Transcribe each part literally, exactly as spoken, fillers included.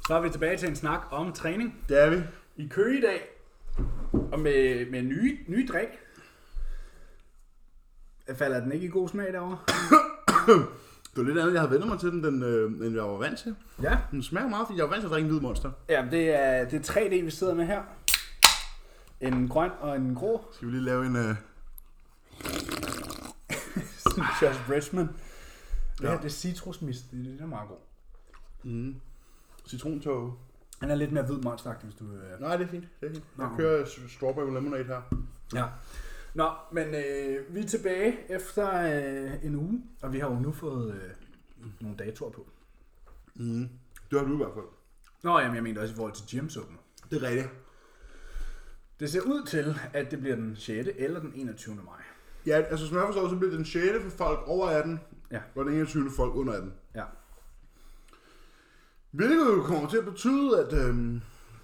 Så er vi tilbage til en snak om træning. Det er vi. I Køge i dag. Og med, med nye, nye drik. Falder den ikke i god smag derovre? Det var lidt andet, jeg havde vendt mig til den, øh, end jeg var vant til. Ja. Den smager meget, fordi jeg var vant til at drikke en hvid Monster. Ja, det er, det er tre D, vi sidder med her. En grøn og en grå. Skal vi lige lave en... Øh... Sådan Josh Bridgman. Det Ja. her, det er citrusmist. Det, det er meget god. Mm. Citrontåge. Han er lidt mere hvid monsteragtig, hvis du... Øh... Nej, det er fint. Det er fint. Jeg Nå. kører strawberry lemonade her. Ja. Nå, men øh, vi er tilbage efter øh, en uge, og vi har jo nu fået øh, nogle datoer på. Mm. Det har du i hvert fald. Nå, jamen, jeg mener også i forhold til gyms åbner. Det er rigtigt. Det ser ud til, at det bliver den sjette eller den enogtyvende maj. Ja, altså som jeg forstår, så bliver det den sjette for folk over atten, Ja. og den enogtyvende for folk under atten. Ja. Hvilket jo kommer til at betyde, at øhm,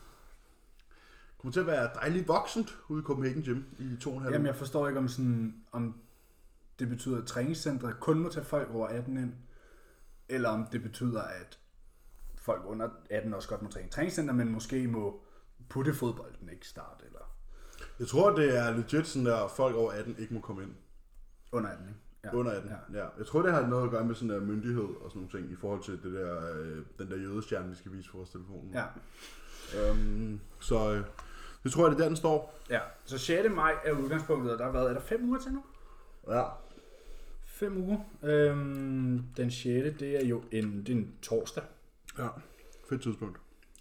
kommer til at være dejligt voksent ude i Copenhagen Gym i to og en halv Jamen, uge. jeg forstår ikke, om, sådan, om det betyder, at træningscentret kun må tage folk over atten ind, eller om det betyder, at folk under atten også godt må træne i træningscenter, men måske må puttefodbolden ikke starte, eller Jeg tror, det er legit sådan der, at folk over atten ikke må komme ind. under atten, ikke? Ja. Under atten, Ja. ja. Jeg tror, det har noget at gøre med sådan der myndighed og sådan nogle ting, i forhold til det der, øh, den der jødestjerne, vi skal vise på vores telefoner. Ja. Øhm, så øh, det tror jeg, det er der, den står. Ja, så sjette maj er udgangspunktet, og der har været, er der fem uger til nu? Ja. Fem uger. Øhm, den sjette, det er jo en, det er en torsdag. Ja, fedt tidspunkt.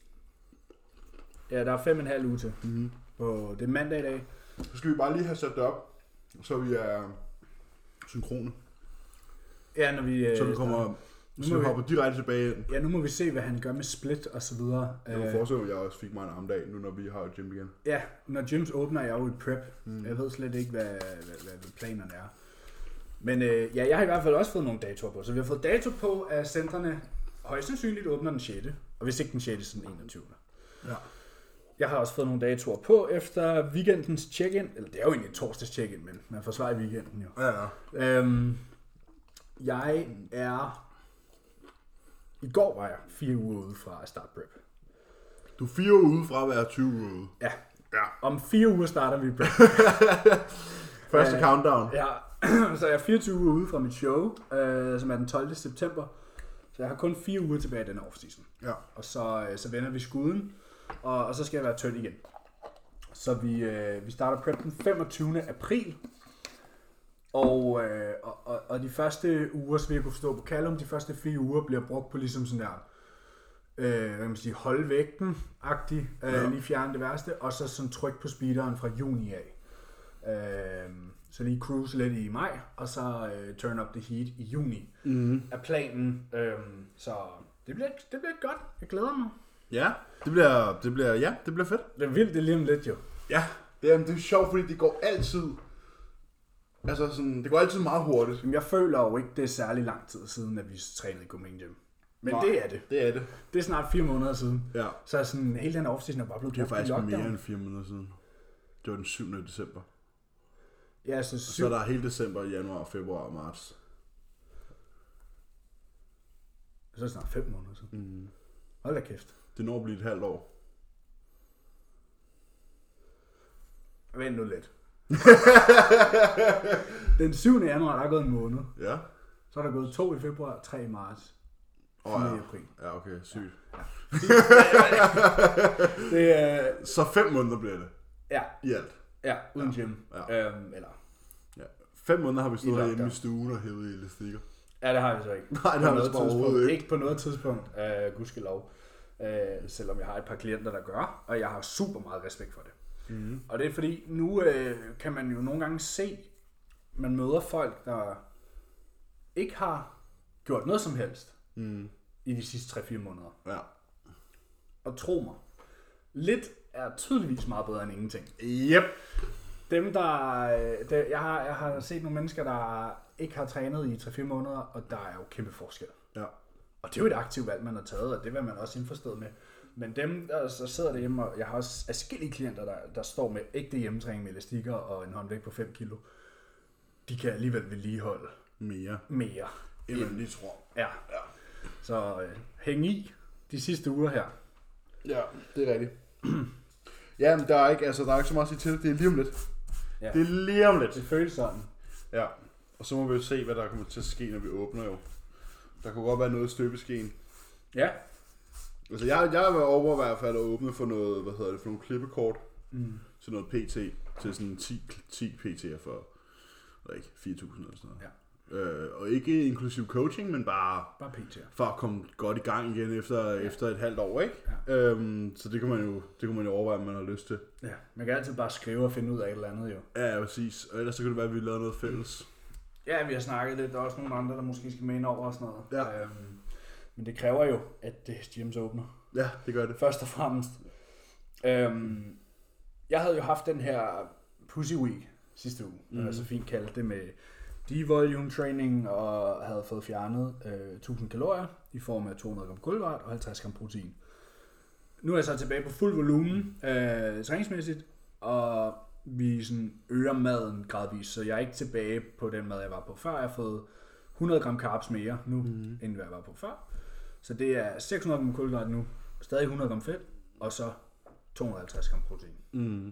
Ja, der er fem og en halv uge til. Mm-hmm. Og det er mandag i dag. Så skal vi bare lige have sat det op, så vi er synkrone. Ja, når vi... Så vi øh, kommer, Nu så må vi vi- hopper direkte tilbage ind. Ja, nu må vi se, hvad han gør med split og så videre. Jeg kan Øh, forestille mig, at jeg også fik mig en armdag, nu når vi har et gym igen. Ja, når gyms åbner, er jeg jo i prep. Mm. Jeg ved slet ikke, hvad, hvad, hvad, hvad planerne er. Men øh, ja, jeg har i hvert fald også fået nogle datoer på. Så vi har fået dato på, at centrene højst sandsynligt åbner den sjette. Og hvis ikke den sjette, så den enogtyvende. Ja. Jeg har også fået nogle datoer på efter weekendens check-in. Eller det er jo egentlig torsdags check-in, men man får svar i weekenden jo. Ja, ja. Øhm, jeg er... I går var jeg fire uger ude fra at starte prep. Du er fire uger ude fra at være tyve uger ude. Ja. Ja. Om fire uger starter vi prep. Første Øh, countdown. Ja, så jeg er fireogtyve uger ude fra mit show, øh, som er den tolvte september. Så jeg har kun fire uger tilbage i denne off-season. Ja. Og så, øh, så vender vi skuden, og, og så skal jeg være tynd igen. Så vi, øh, vi starter prep den femogtyvende april. Og, øh, og, og, og de første uger, så vil jeg kunne forstå på Callum, de første fire uger bliver brugt på ligesom sådan der, øh, hvad kan man sige, holde vægten-agtig, øh, Ja. lige fjerne det værste, og så sådan tryk på speederen fra juni af. Øh, så lige cruise lidt i maj, og så øh, turn up the heat i juni, Mm. er planen. Øh, så det bliver, det bliver godt. Jeg glæder mig. Ja, det bliver, det bliver, ja, det bliver fedt. Det er vildt, det er lige om lidt jo. Ja, det er, det er sjovt, fordi det går altid, altså sådan, det går altid meget hurtigt. Men jeg føler jo ikke, det er særlig lang tid siden, at vi trænede i Copenhagen Gym. Men Nej, det er det. Det er det. Det er snart fire måneder siden. Ja. Så sådan, hele den off-season er bare blevet Det er brugt i faktisk lockdown. mere end fire måneder siden. Det var den syvende december. Ja, så Og syv. så er der hele december, januar, februar og marts. Så er det snart fem måneder siden. Mm. Hold da kæft. Det når at blive et halvt år. Vent nu lidt. Den syvende januar, der er gået en måned. Ja. Så er der gået to i februar, tre i marts, fire Åh, i ja. april. Ja, okay, sygt. Det er... Så fem måneder bliver det Ja, i alt. ja, uden Ja. gym. Ja. Øhm, eller... Ja. Fem måneder har vi stået lockdown. hjemme i stuen og hævet i elastikker. Ja, det har vi så ikke. Nej, det På har vi noget så overhovedet tidspunkt. ikke. Ikke på noget tidspunkt, øh, gudskelov. Øh, selvom jeg har et par klienter, der gør, og jeg har super meget respekt for det. Mm. Og det er fordi, nu øh, kan man jo nogle gange se, man møder folk, der ikke har gjort noget som helst Mm. i de sidste tre fire måneder. Ja. Og tro mig, lidt er tydeligvis meget bedre end ingenting. Yep. Dem, der, øh, der jeg, har, jeg har set nogle mennesker, der ikke har trænet i tre fire måneder, og der er jo kæmpe forskel. Ja. Og det er jo et aktivt valg, man har taget, og det vil man også indforstået med. Men dem, der så sidder derhjemme, og jeg har også adskillige klienter, der, der står med ægte hjemmetræning med elastikker og en håndvægt på fem kilo, de kan alligevel vedligeholde Mere. mere. End man lige tror. Ja. Ja. Så øh, hæng i de sidste uger her. Ja, det er rigtigt. Ja, men der er ikke, altså, der er ikke så meget at sige til det. Det er lige om lidt. Ja. Det er lige om lidt. Det føles sådan. Ja, og så må vi jo se, hvad der kommer til at ske, når vi åbner jo. Der kunne godt være noget i støbeskeen. Ja. Altså, jeg, jeg har været over i hvert fald at åbne for noget, hvad hedder det, for nogle klippekort. Mm. Til noget P T, til sådan ti, ti P T'er for, hvad ikke, fire tusind eller sådan noget. Ja. Øh, og ikke inklusiv coaching, men bare, bare P T'er. For at komme godt i gang igen efter, ja. efter et halvt år, ikke? Ja. Øhm, så det kan man jo, det kan man jo overveje, om man har lyst til. Ja, man kan altid bare skrive og finde ud af et eller andet jo. Ja, ja, præcis. Og ellers så kan det være, at vi laver noget fælles. Ja, vi har snakket lidt. Der er også nogle andre, der måske skal med ind over og sådan noget. Ja. Øhm, men det kræver jo, at det gyms åbner. Ja, det gør det. Først og fremmest. Øhm, jeg havde jo haft den her Pussy Week sidste uge. Mm. Altså fint kaldt det med devolume training og havde fået fjernet øh, tusind kalorier i form af to hundrede gram kulhydrat og halvtreds gram protein. Nu er jeg så tilbage på fuld volumen øh, træningsmæssigt, og vi sådan øger maden gradvist, så jeg er ikke tilbage på den mad, jeg var på før. Jeg har fået hundrede gram carbs mere nu, mm. end hvad jeg var på før. Så det er seks hundrede gram kulhydrat nu, stadig hundrede gram fedt, og så to hundrede og halvtreds gram protein. Mm.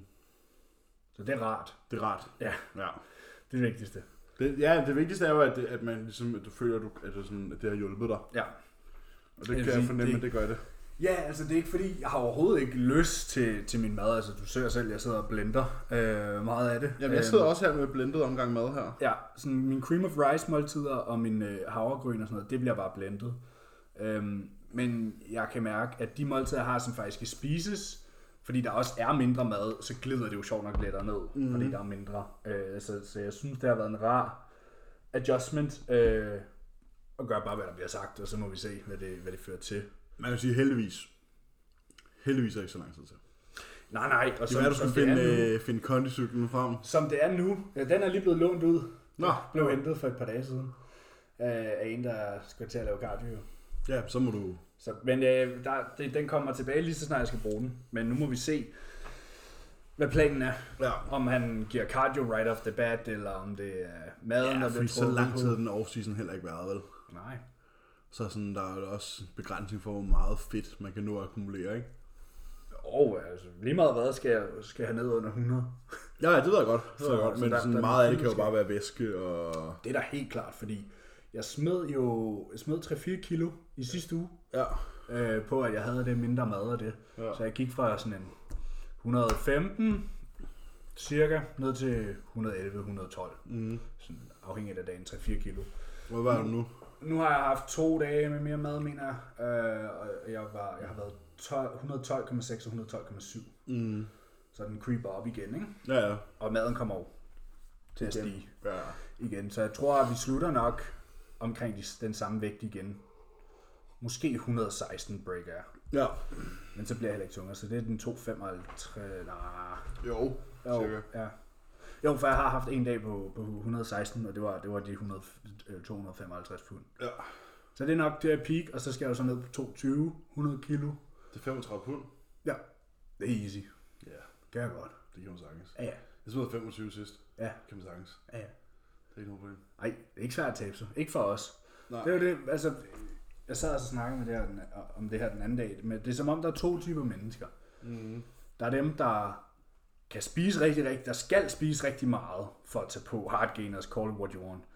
Så det er rart. Det er rart. Ja, ja. Det er det vigtigste. Det, ja, det vigtigste er jo, at, det, at, man, ligesom, at du føler, at, du, at, det sådan, at det har hjulpet dig. Ja. Og det kan jeg fornemme, at det gør det. Ja, altså det er ikke fordi, jeg har overhovedet ikke lyst til, til min mad. Altså du ser selv, jeg sidder og blender øh, meget af det. Jamen jeg sidder også her med blendet omgang mad her. Ja, sådan min cream of rice måltider og min øh, havregryn og sådan noget, det bliver bare blendet. Øhm, men jeg kan mærke, at de måltider, jeg har, som faktisk skal spises, fordi der også er mindre mad, så glider det jo sjovt nok lettere ned, mm. fordi der er mindre. Øh, så, så jeg synes, det har været en rar adjustment, øh, og gør bare, hvad der bliver sagt, og så må vi se, hvad det, hvad det fører til. Man kan sige heldigvis. Heldigvis er ikke så lang tid til. Nej, nej. Og det som, er, du skal finde, nu, finde kondicyklen frem. Som det er nu. Den er lige blevet lånt ud. Nå. Blev hentet for et par dage siden. Af en, der skal til at lave cardio. Ja, så må du... Så, men øh, der, det, den kommer tilbage lige så snart jeg skal bruge den. Men nu må vi se, hvad planen er. Ja. Om han giver cardio right off the bat, eller om det er maden, ja, der bliver så lang tid den off-season heller ikke været, vel? Nej. Så sådan, der er også begrænsning for, hvor meget fedt man kan nå at akkumulere, ikke? Åh, oh, altså lige meget hvad skal jeg, skal jeg have ned under hundrede. Ja, det ved jeg godt. Det ved jeg så, godt. Men så der, sådan der, meget af det kan jo bare være væske og... Det er da helt klart, fordi jeg smed jo jeg smed tre til fire kilo i sidste uge. Ja. Øh, på at jeg havde det mindre mad og det. Ja. Så jeg gik fra sådan en et hundrede og femten cirka ned til et hundrede og elleve til et hundrede og tolv. Mm. Sådan afhængigt af dagen, tre til fire kilo. Hvad var det nu? Nu har jeg haft to dage med mere mad, mener jeg. Øh, og jeg, var, jeg har været tolv, et hundrede og tolv komma seks og et hundrede og tolv komma syv. Mm. Så den creeper op igen, ikke? Ja, ja. Og maden kommer over til at stige ja. igen. Så jeg tror, at vi slutter nok omkring den samme vægt igen. Måske et hundrede og seksten breaker jeg. Ja. Men så bliver jeg heller ikke tungere, så det er den to komma femoghalvtreds. Nej. Jo, jo cirka. Ja. Jo, for jeg har haft en dag på, på et hundrede og seksten, og det var, det var de hundrede, to hundrede og femoghalvtreds pund. Ja. Så det er nok det er peak, og så skal jeg jo så ned på toogtyve hundrede kilo. Det er femogtredive pund? Ja, det er easy. Ja. Kan jeg godt. Det kan man sagtens. Ja, ja. Jeg smed femogtyve sidst. Ja. Kan man sagtens. Ja, ja. Det er ikke noget problem. Nej, det er ikke svært at tabe sig. Ikke for os. Nej. Det er jo det, altså... Jeg sad og snakkede med det her, om det her den anden dag, men det er som om, der er to typer mennesker. Mm. Der er dem, der kan spise rigtig, rigtig, der skal spise rigtig meget for at tage på hard gainers, call it what you want.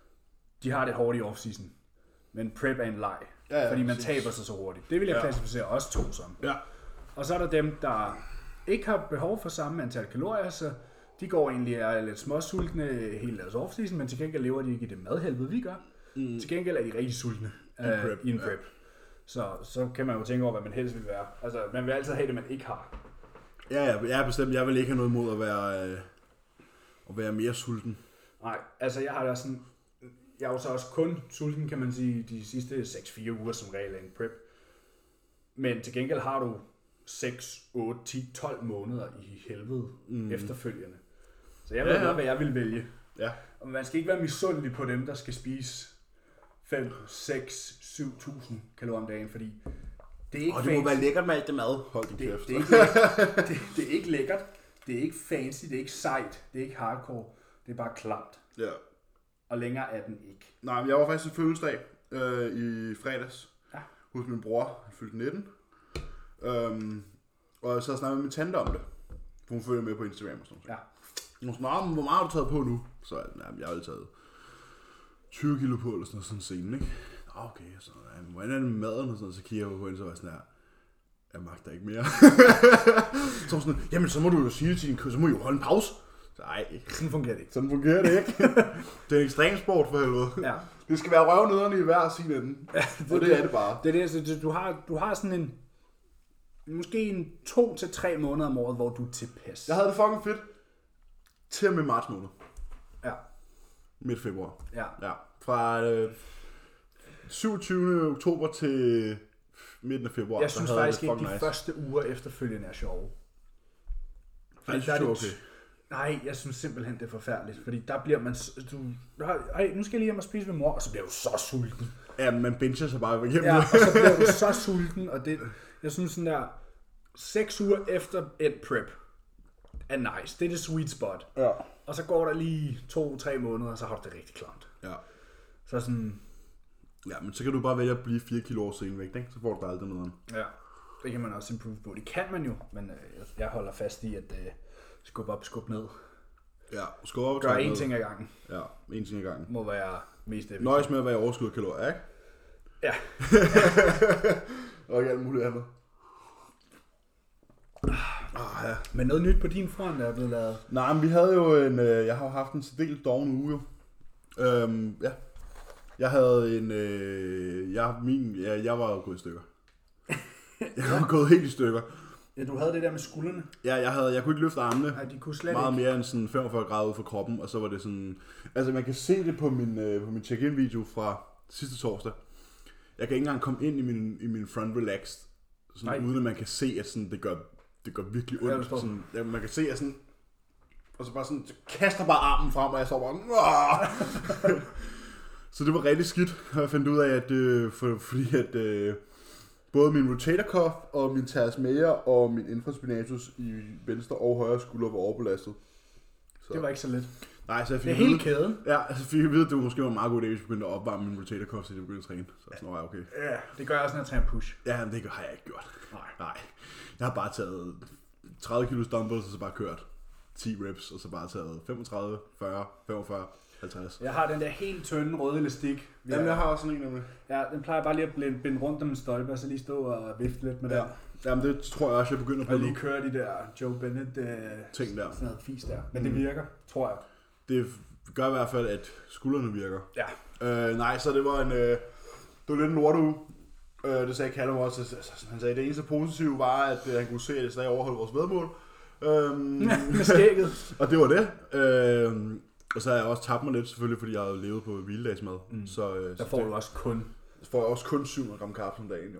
De har det hårdt i off-season, men prep er en leg, ja, ja, fordi man præcis. taber sig så hurtigt. Det vil jeg ja. klassificere os to som. Ja. Og så er der dem, der ikke har behov for samme antal kalorier, så de går egentlig er lidt småsultne hele deres off-season, men til gengæld lever de ikke i det madhelvede, vi gør. Mm. Til gengæld er de rigtig sultne uh, prep, i en prep. Ja. Så, så kan man jo tænke over, hvad man helst vil være. Altså, man vil altid have det, man ikke har. Ja, ja, jeg er bestemt. Jeg vil ikke have noget imod at være, øh, at være mere sulten. Nej, altså jeg har da sådan... Jeg er jo så også kun sulten, kan man sige, de sidste seks til fire uger som regel af en prep. Men til gengæld har du seks, otte, ti, tolv måneder i helvede mm. efterfølgende. Så jeg ved ja, ja. godt, hvad jeg vil vælge. Ja. Og man skal ikke være misundelig på dem, der skal spise fem, seks, syv tusind kalorier om dagen, fordi det er ikke og det fancy. Må være lækkert med alt det mad. Hold din det, kæft. Det, det, er ikke, det, det er ikke lækkert, det er ikke fancy, det er ikke sejt, det er ikke hardcore, det er bare klamt. Ja. Og længere er den ikke. Nej, men jeg var faktisk til fødselsdag øh, i fredags ja. hos min bror. Han fyldte nitten. Øhm, og så snakkede med min tante om det. Hun følger med på Instagram og sådan noget. Ja. Hun sådan, hvor meget har du taget på nu? Så jeg, jamen, jeg har jo taget tyve kilo på, eller sådan noget, sådan en scene, ikke? Okay, så jamen, hvordan er det med maden og sådan noget? Så kigger jeg på hende, så var jeg sådan her, jeg magter ikke mere. Så sådan, jamen så må du jo sige til din kø, så må du jo holde en pause. Så ej, Sådan fungerer det ikke. sådan fungerer det ikke. Det er en ekstrem sport for helvede. Ja. Det skal være røvnederne i hver sin ende. Ja, det, og det er det bare. Det er det, du har, du har sådan en, måske en to til tre måneder om året, hvor du er tilpas. Jeg havde det fucking fedt. Til og med marts måned. Ja. Midt februar. Ja. Ja. Fra øh, syvogtyvende oktober til midten af februar. Jeg synes faktisk ikke, de nice. første uger efterfølgende er sjove. Fordi jeg synes, det er okay. Nej, jeg synes simpelthen, det er forfærdeligt. Fordi der bliver man... Du, ej, nu skal jeg lige hjem og spise med mor, og så bliver du så sulten. Ja, man binger sig bare igennem. Ja, og så bliver du så sulten, og det... Jeg synes sådan der... Seks uger efter et prep er nice. Det er det sweet spot. Ja. Og så går der lige to-tre måneder, og så har du det rigtig klamt. Ja. Så sådan... Ja, men så kan du bare vælge at blive fire kilo over scenen væk, ikke? Så får du aldrig noget. Ja, det kan man også improve på. Det kan man jo, men øh, jeg holder fast i, at øh, skubbe op, skubbe ned. Ja, skubbe op og gør ned. én ting ad gangen. Ja, én ting ad gangen. Må være mest effektivt. Nøjes med at være i overskud af kalorier, ikke? Ja. Og ikke alt muligt andet. Ah, ja. Men noget nyt på din front, der er blevet lavet? Nej, men vi havde jo en... Øh, jeg har jo haft en særdeles doven uge, jo. Øhm, ja. Jeg havde en... Øh, jeg, min, ja, jeg var jo gået i stykker. Jeg var gået helt i stykker. Ja, du havde det der med skuldrene. Ja, jeg, havde, jeg kunne ikke løfte armene. Nej, de kunne slet meget ikke. mere end sådan femogfyrre grader ud for kroppen, og så var det sådan... Altså, man kan se det på min, øh, på min check-in-video fra sidste torsdag. Jeg kan ikke engang komme ind i min, i min front relaxed, sådan, uden at man kan se, at sådan, det, gør, det gør virkelig ondt. Sådan, ja, man kan se, at sådan... Og så bare sådan, så kaster bare armen frem, og jeg står bare... Så det var rigtig skidt, og jeg fandt ud af, at øh, for, fordi at... Øh, både min rotator cuff og min teres major og min infraspinatus i venstre og højre skulder var overbelastet. Så. Det var ikke så let. Nej, så jeg fik det er hele kæden. Ja, altså fik jeg vide, at det måske var en meget god idé, hvis jeg begyndte at opvarme min rotator cuff, så jeg begyndte at træne. Så sådan var jeg okay. Ja, det gør jeg også, når jeg træner push. Ja, men det har jeg ikke gjort. Nej. Nej. Jeg har bare taget tredive kilo dumbbells, og så bare kørt ti reps, og så bare taget femogtredive, fyrre, femogfyrre, halvtreds. Jeg har den der helt tynde røde elastik. Jamen, jeg har også sådan en nemlig. Ja, den plejer bare lige at binde rundt om en stolpe, og så lige stå og vifte lidt med ja. den. Jamen, det tror jeg også, jeg begynder på og nu. lige køre de der Joe Bennett øh, ting der. Sådan noget fis der. Men mm. det virker, tror jeg. Det gør i hvert fald, at skuldrene virker. Ja. Øh, nej, så det var en... Øh, det var lidt en lorteuge. Øh, det sagde Callum også. Altså, han sagde, at det eneste positive var, at øh, han kunne se, at jeg stadig overholdt vores vedmål. Øhm, med skægget. Og det var det. Øh, og så har jeg også tabt mig lidt, selvfølgelig, fordi jeg havde levet på hviledagsmad. Mm. Så, øh, der så får det, du også kun... Så får jeg også kun syv hundrede gram kaffe om dagen, jo.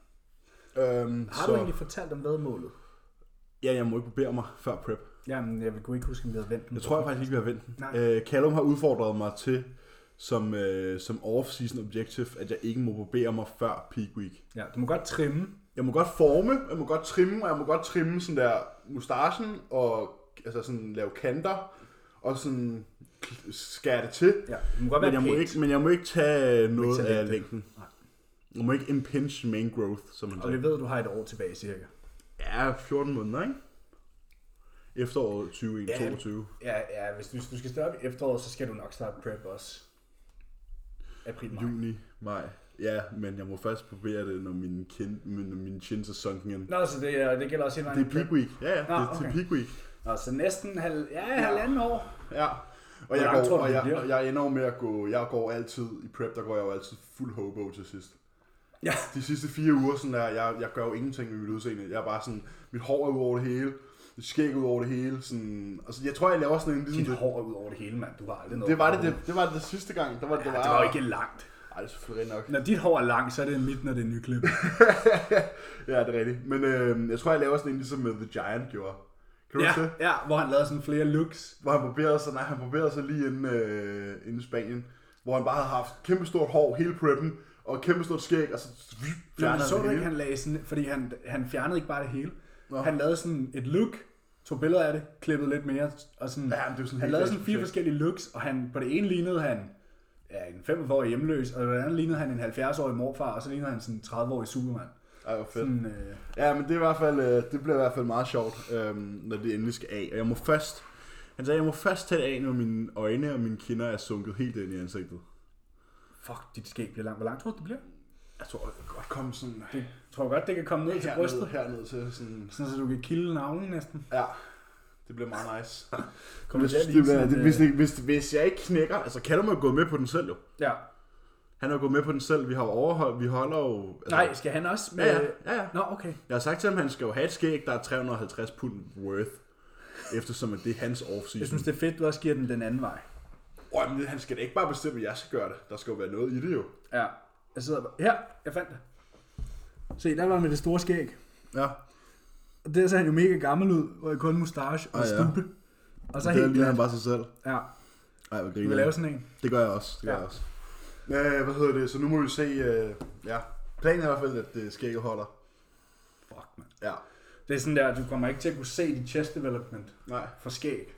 Ja. Øhm, har så, du egentlig fortalt om vedmålet? Ja, jeg må ikke barbere mig før prep. Jamen, jeg kunne ikke huske, om vi havde vendt den. Jeg tror jeg faktisk ikke, vi har vendt den. Øh, Callum har udfordret mig til, som, øh, som off-season objective, at jeg ikke må barbere mig før peak week. Ja, du må godt trimme. Jeg må godt forme, jeg må godt trimme, og jeg må godt trimme sådan der mustachen, og altså sådan lave kanter, og sådan skære det til. Ja, du må godt være men, jeg må ikke, men jeg må ikke tage noget tage af længden. Nej. Jeg må ikke impinge main growth, som man og siger. vi ved, at du har et år tilbage cirka. Ja, fjorten måneder, ikke? Efteråret tyve toogtyve. Ja, ja, hvis du, hvis du skal starte i efteråret, så skal du nok starte prep også. April, maj. Juni, maj. Ja, men jeg må først probere det, når min, kin, når min chins er sunken ind. Nå, så det, det gælder også hele vejen. Det er peak week. Ja, ja, Nå, det er okay. til peak week. Nå, så næsten halv, ja, halvanden år. Ja. Og jeg, går, og, jeg, og jeg ender med at gå, jeg går altid, i prep, der går jeg jo altid fuld hobo til sidst. Ja. De sidste fire uger, sådan der, jeg, jeg gør jo ingenting med mit udseende. Jeg er bare sådan, mit hår er ud over det hele, mit skæg ud over det hele. Sådan, altså, jeg tror, jeg laver sådan en... Dit hår er ud over det hele, mand. Du har aldrig noget. Det var det, det, det var det, det sidste gang. Der var, ja, det, var, det var ikke langt. Nej, det er selvfølgelig nok. Når dit hår er langt, så er det midt, når det er nyklippet. Ja, det er rigtigt. Men øh, jeg tror, jeg laver sådan en, ligesom The Giant gjorde. Kan du ja, det? Ja, hvor han lavede sådan flere looks. Hvor han barberede sig, nej, han barberede sig lige inden, øh, inden Spanien. Hvor han bare havde haft kæmpe stort hår hele preppen, og kæmpe stort skæg, og så fjernede han så det ikke, han lagde sådan, fordi han, han fjernede ikke bare det hele. Nå. Han lavede sådan et look, tog billeder af det, klippede lidt mere, og sådan, ja, det var sådan han lavede sådan fire forskellige looks, og han, på det ene lignede han ja, en femogfyrre-årig hjemløs, og på det andet lignede han en halvfjerds-årig morfar, og så lignede han sådan en tredive-årig Superman. Ej, hvor fedt. Sådan, øh... Ja, men det, er i hvert fald, øh, det bliver i hvert fald meget sjovt, øh, når det endelig skal af. Og jeg må først, han sagde, jeg må først tage det af, når mine øjne og mine kinder er sunket helt ind i ansigtet. Fuck, dit skæg bliver langt. Hvor langt tror du, det bliver? Jeg tror, jeg kan godt komme sådan... Det tror godt, det kan komme ned til brystet. Herned til sådan... Sådan, så du kan kilde navlen næsten. Ja, det bliver meget nice. Kommer det, det, det, det, det, hvis, hvis, hvis jeg ikke knækker... Altså, Callum er gået med på den selv jo. Ja. Han er gået med på den selv. Vi har overholdt... Vi holder jo... Altså, Nej, skal han også med... Ja, ja, ja, ja. Nå, okay. Jeg har sagt til ham, at han skal jo have et skæg, der er tre hundrede og halvtreds pund worth. Eftersom at det er hans off-season. Jeg synes, det er fedt, du også giver den den anden vej. Åh, men han skal da ikke bare bestemme, at jeg skal gøre det. Der skal jo være noget i det jo. Ja. Jeg sidder bare... Her, jeg fandt det. Se, der var med det store skæg. Ja. Og der så han jo mega gammel ud, hvor jeg kun mustache og ah, ja. stube. Og så det helt ligner han bare sig selv. Ja. Ej, hvor du vil lave sådan en. Det gør jeg også. Det gør ja. jeg også. Øh, hvad hedder det? Så nu må vi se... Øh, ja. Planen er i hvert fald, at det skægget holder. Fuck, man. Ja. Det er sådan der, du kommer ikke til at kunne se dit chest development. Nej. For skæg.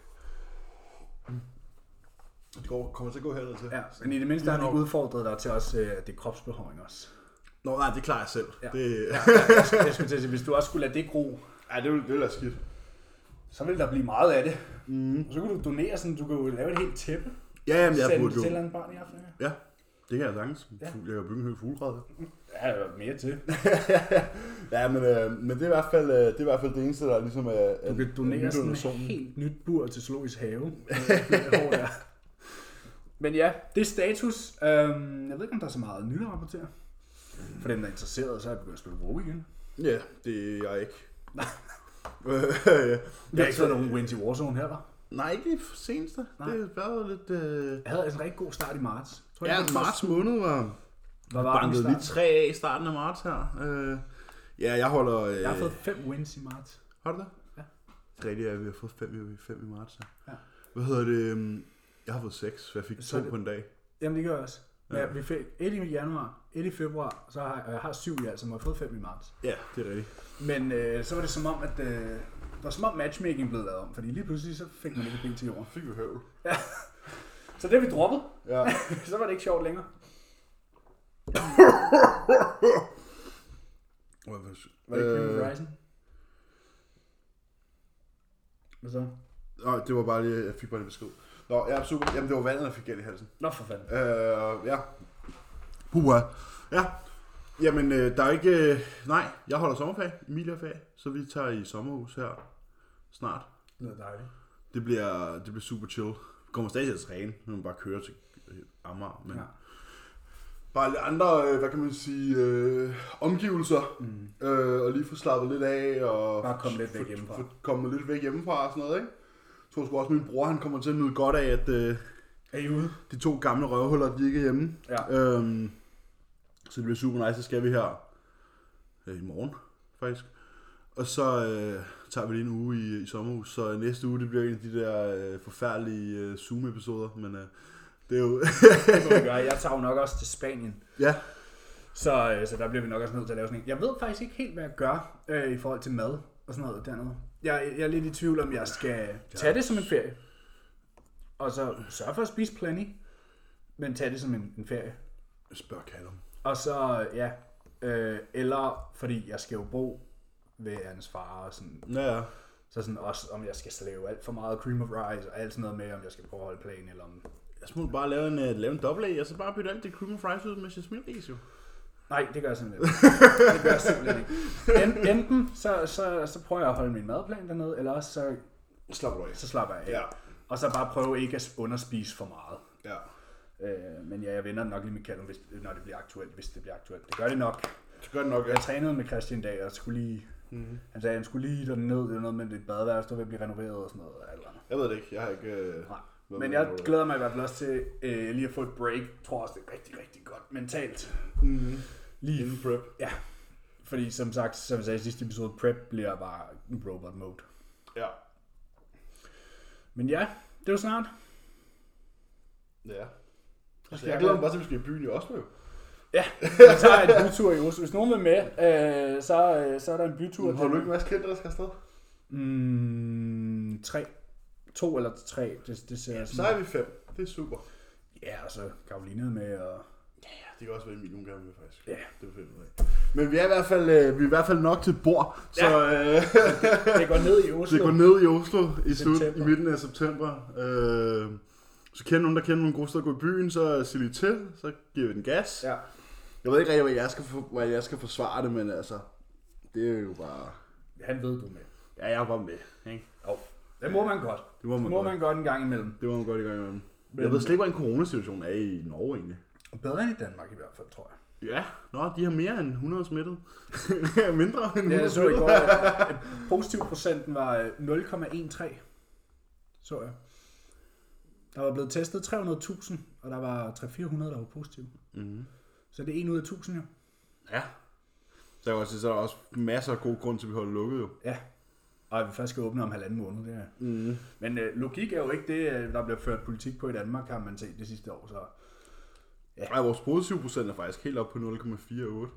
Det går, kommer til at gå herned til. Ja, men i det mindste har han ikke udfordret dig til også, at det er kropsbehåring også. Nå, nej, det klarer jeg selv. Ja. Det... ja, jeg, jeg skulle til at sige, hvis du også skulle lade det gro, ja, det ville, det ville være skidt. Så vil der blive meget af det. Mm. Og så kan du donere sådan, du kan jo lave et helt tæppe. Ja, jamen jeg burde jo. Sende til et barn i aften. Ja, det kan jeg sagtens. Ja. Jeg kan bygge en helt fuglegræd. Ja, der er mere til. ja, men, øh, men det er i hvert fald det, er i hvert fald det eneste, der ligesom er... Du kan donere sådan et helt nyt bur til Zoologisk Have. Men ja, det er status. Øhm, jeg ved ikke, om der er så meget nyt at rapportere. For dem, der er interesseret, så er jeg begyndt at spille WoW igen. Ja, det er jeg ikke. Nej. jeg har ikke fået nogen wins i Warzone heller. Nej, ikke det seneste. Nej. Det har været lidt... Øh... Jeg havde altså en rigtig god start i marts. Tror jeg, ja, marts måned var... Hvad var bankede lige tre af i starten af marts her. Øh... Ja, jeg holder... Øh... Jeg har fået fem wins i marts. Har du det? Ja. Det er rigtigt, at vi har fået fem i, fem i marts her. Ja. Hvad hedder det? Jeg har fået seks, for jeg fik to det... på en dag. Jamen det gør jeg også. Ja. Ja, vi fik et i januar, et i februar, så har jeg, jeg har syv i alt, som har fået fem i marts. Ja, det er rigtigt. Men øh, så var det som om, at øh, der var som om matchmaking blev lavet om, fordi lige pludselig så fik man ikke ben til jorden. Fik vi høvl. Ja. Så det har vi droppet. Ja. Så var det ikke sjovt længere. Var det ikke øh... Horizon? Hvad så? Nej, det var bare lige, jeg fik bare lige besked. Nå, ja, super. Jamen, det var vandet, der fik galt i halsen. Nå, for fanden. Øh, ja. Puha. Ja. Jamen, øh, der er ikke... Øh, nej, jeg holder sommerferie. Emilie har ferie. Så vi tager i sommerhus her snart. Det er dejligt. Det bliver, det bliver super chill. Vi kommer stadig til at træne, når man bare kører til Amager. Men ja. Bare lidt andre, øh, hvad kan man sige, øh, omgivelser. Mm. Øh, og lige få slappet lidt af. Og bare komme lidt væk hjemmefra. Få kommet lidt væk hjemmefra og sådan noget, ikke? Jeg tror sgu også, at min bror han kommer til at nyde godt af, at øh, er I ude? De to gamle røvhuller, de ikke er hjemme. Ja. Øhm, så det bliver super nice, så skal vi her øh, i morgen, faktisk. Og så øh, tager vi lige en uge i, i sommerhus, så næste uge det bliver en af de der øh, forfærdelige øh, Zoom-episoder, men øh, det er jo... det må vi gøre. Jeg tager jo nok også til Spanien. Ja. Så, øh, så der bliver vi nok også nødt til at lave sådan en. Jeg ved faktisk ikke helt, hvad jeg gør øh, i forhold til mad og sådan noget dernede. Jeg, jeg er lidt i tvivl om, jeg skal tage det som en ferie. Og så sørge for at spise plenty, men tage det som en, en ferie. Spørg Callum. Og så, ja, øh, eller fordi jeg skal jo bo ved hans far og sådan. Ja, ja. Så sådan også, om jeg skal slæve alt for meget cream of rice og alt sådan noget med, om jeg skal prøve at holde plan, eller om... Jeg smule bare lave en, uh, lave en dobbelt A, og så bare bytte alt det cream of rice ud med jasminris jo. Nej, det gør jeg simpelthen ikke. Det gør jeg simpelthen ikke. Enten så, så, så prøver jeg at holde min madplan dernede, eller også så slapper du af. Så slapper jeg af. Ja. Og så bare prøve ikke at underspise for meget. Ja. Øh, men ja, jeg vender nok lige med Callum, hvis, når det bliver aktuelt, hvis det bliver aktuelt. Det gør det nok. Det gør det nok, ja. Jeg trænede med Christian i dag, og skulle lige... Mm-hmm. Han sagde, at han skulle lige derned, det er noget med et badeværelse, der vil blive renoveret og sådan noget. Eller andet. Jeg ved det ikke, jeg har ikke... Øh... Nej. Men jeg glæder mig i hvert fald også til øh, lige at få et break. Jeg tror også, det er rigtig, rigtig godt mentalt. Mm-hmm. Lige inden prep. Ja. Fordi som sagt, som jeg sagde i sidste episode, prep bliver bare en robot mode. Ja. Men ja, det er jo snart. Ja. Altså, jeg glæder mig bare til, at vi skal i byen i Oslo. Ja, vi tager en bytur i Oslo. Hvis nogen vil med, øh, så, øh, så er der en bytur. Har du ikke en masse kendte, der skal afsted? Mm, tre. To eller tre. Det, det ser ja, så er vi fem. Det er super. Ja, og så Karoline med og... Ja, ja, det kan også være Emil, hun gerne med faktisk. Ja. Det er fedt. Men vi er i hvert fald, øh, vi er i hvert fald nok til bord, så ja. øh, det går ned i Oslo. Det går ned i Oslo i, slut, i midten af september. Øh, så kender nogen, der kender nogle gode steder at gå i byen, så siger lige til, så giver vi den gas. Ja. Jeg ved ikke rigtig, hvad jeg skal, for, hvad jeg skal forsvare det, men altså, det er jo bare... Han ved du med. Ja, jeg var med, ikke? Jo, det må man godt. Det må man, det må godt. man godt en gang imellem. Det må man godt en gang imellem. Men... Jeg ved slet ikke, hvad en coronasituation er i Norge egentlig. Bedre end i Danmark i hvert fald, tror jeg. Ja, nå, de har mere end hundrede smittet. Mindre end hundrede ja, jeg så i går, at positiv procenten var nul komma tredive. Så jeg. Der var blevet testet tre hundrede tusind, og der var tre hundrede til fire hundrede, der var positive. Mm-hmm. Så det er en ud af tusind, jo. Ja. Så er, også, så er der også masser af god grund til, at vi holder lukket, jo. Ja. Og at vi først skal åbne om halvanden måned, det er. Mm-hmm. Men øh, logik er jo ikke det, der bliver ført politik på i Danmark, har man set det sidste år, så... Ja. Ej, vores positiv procent er faktisk helt op på nul komma fireogtyve.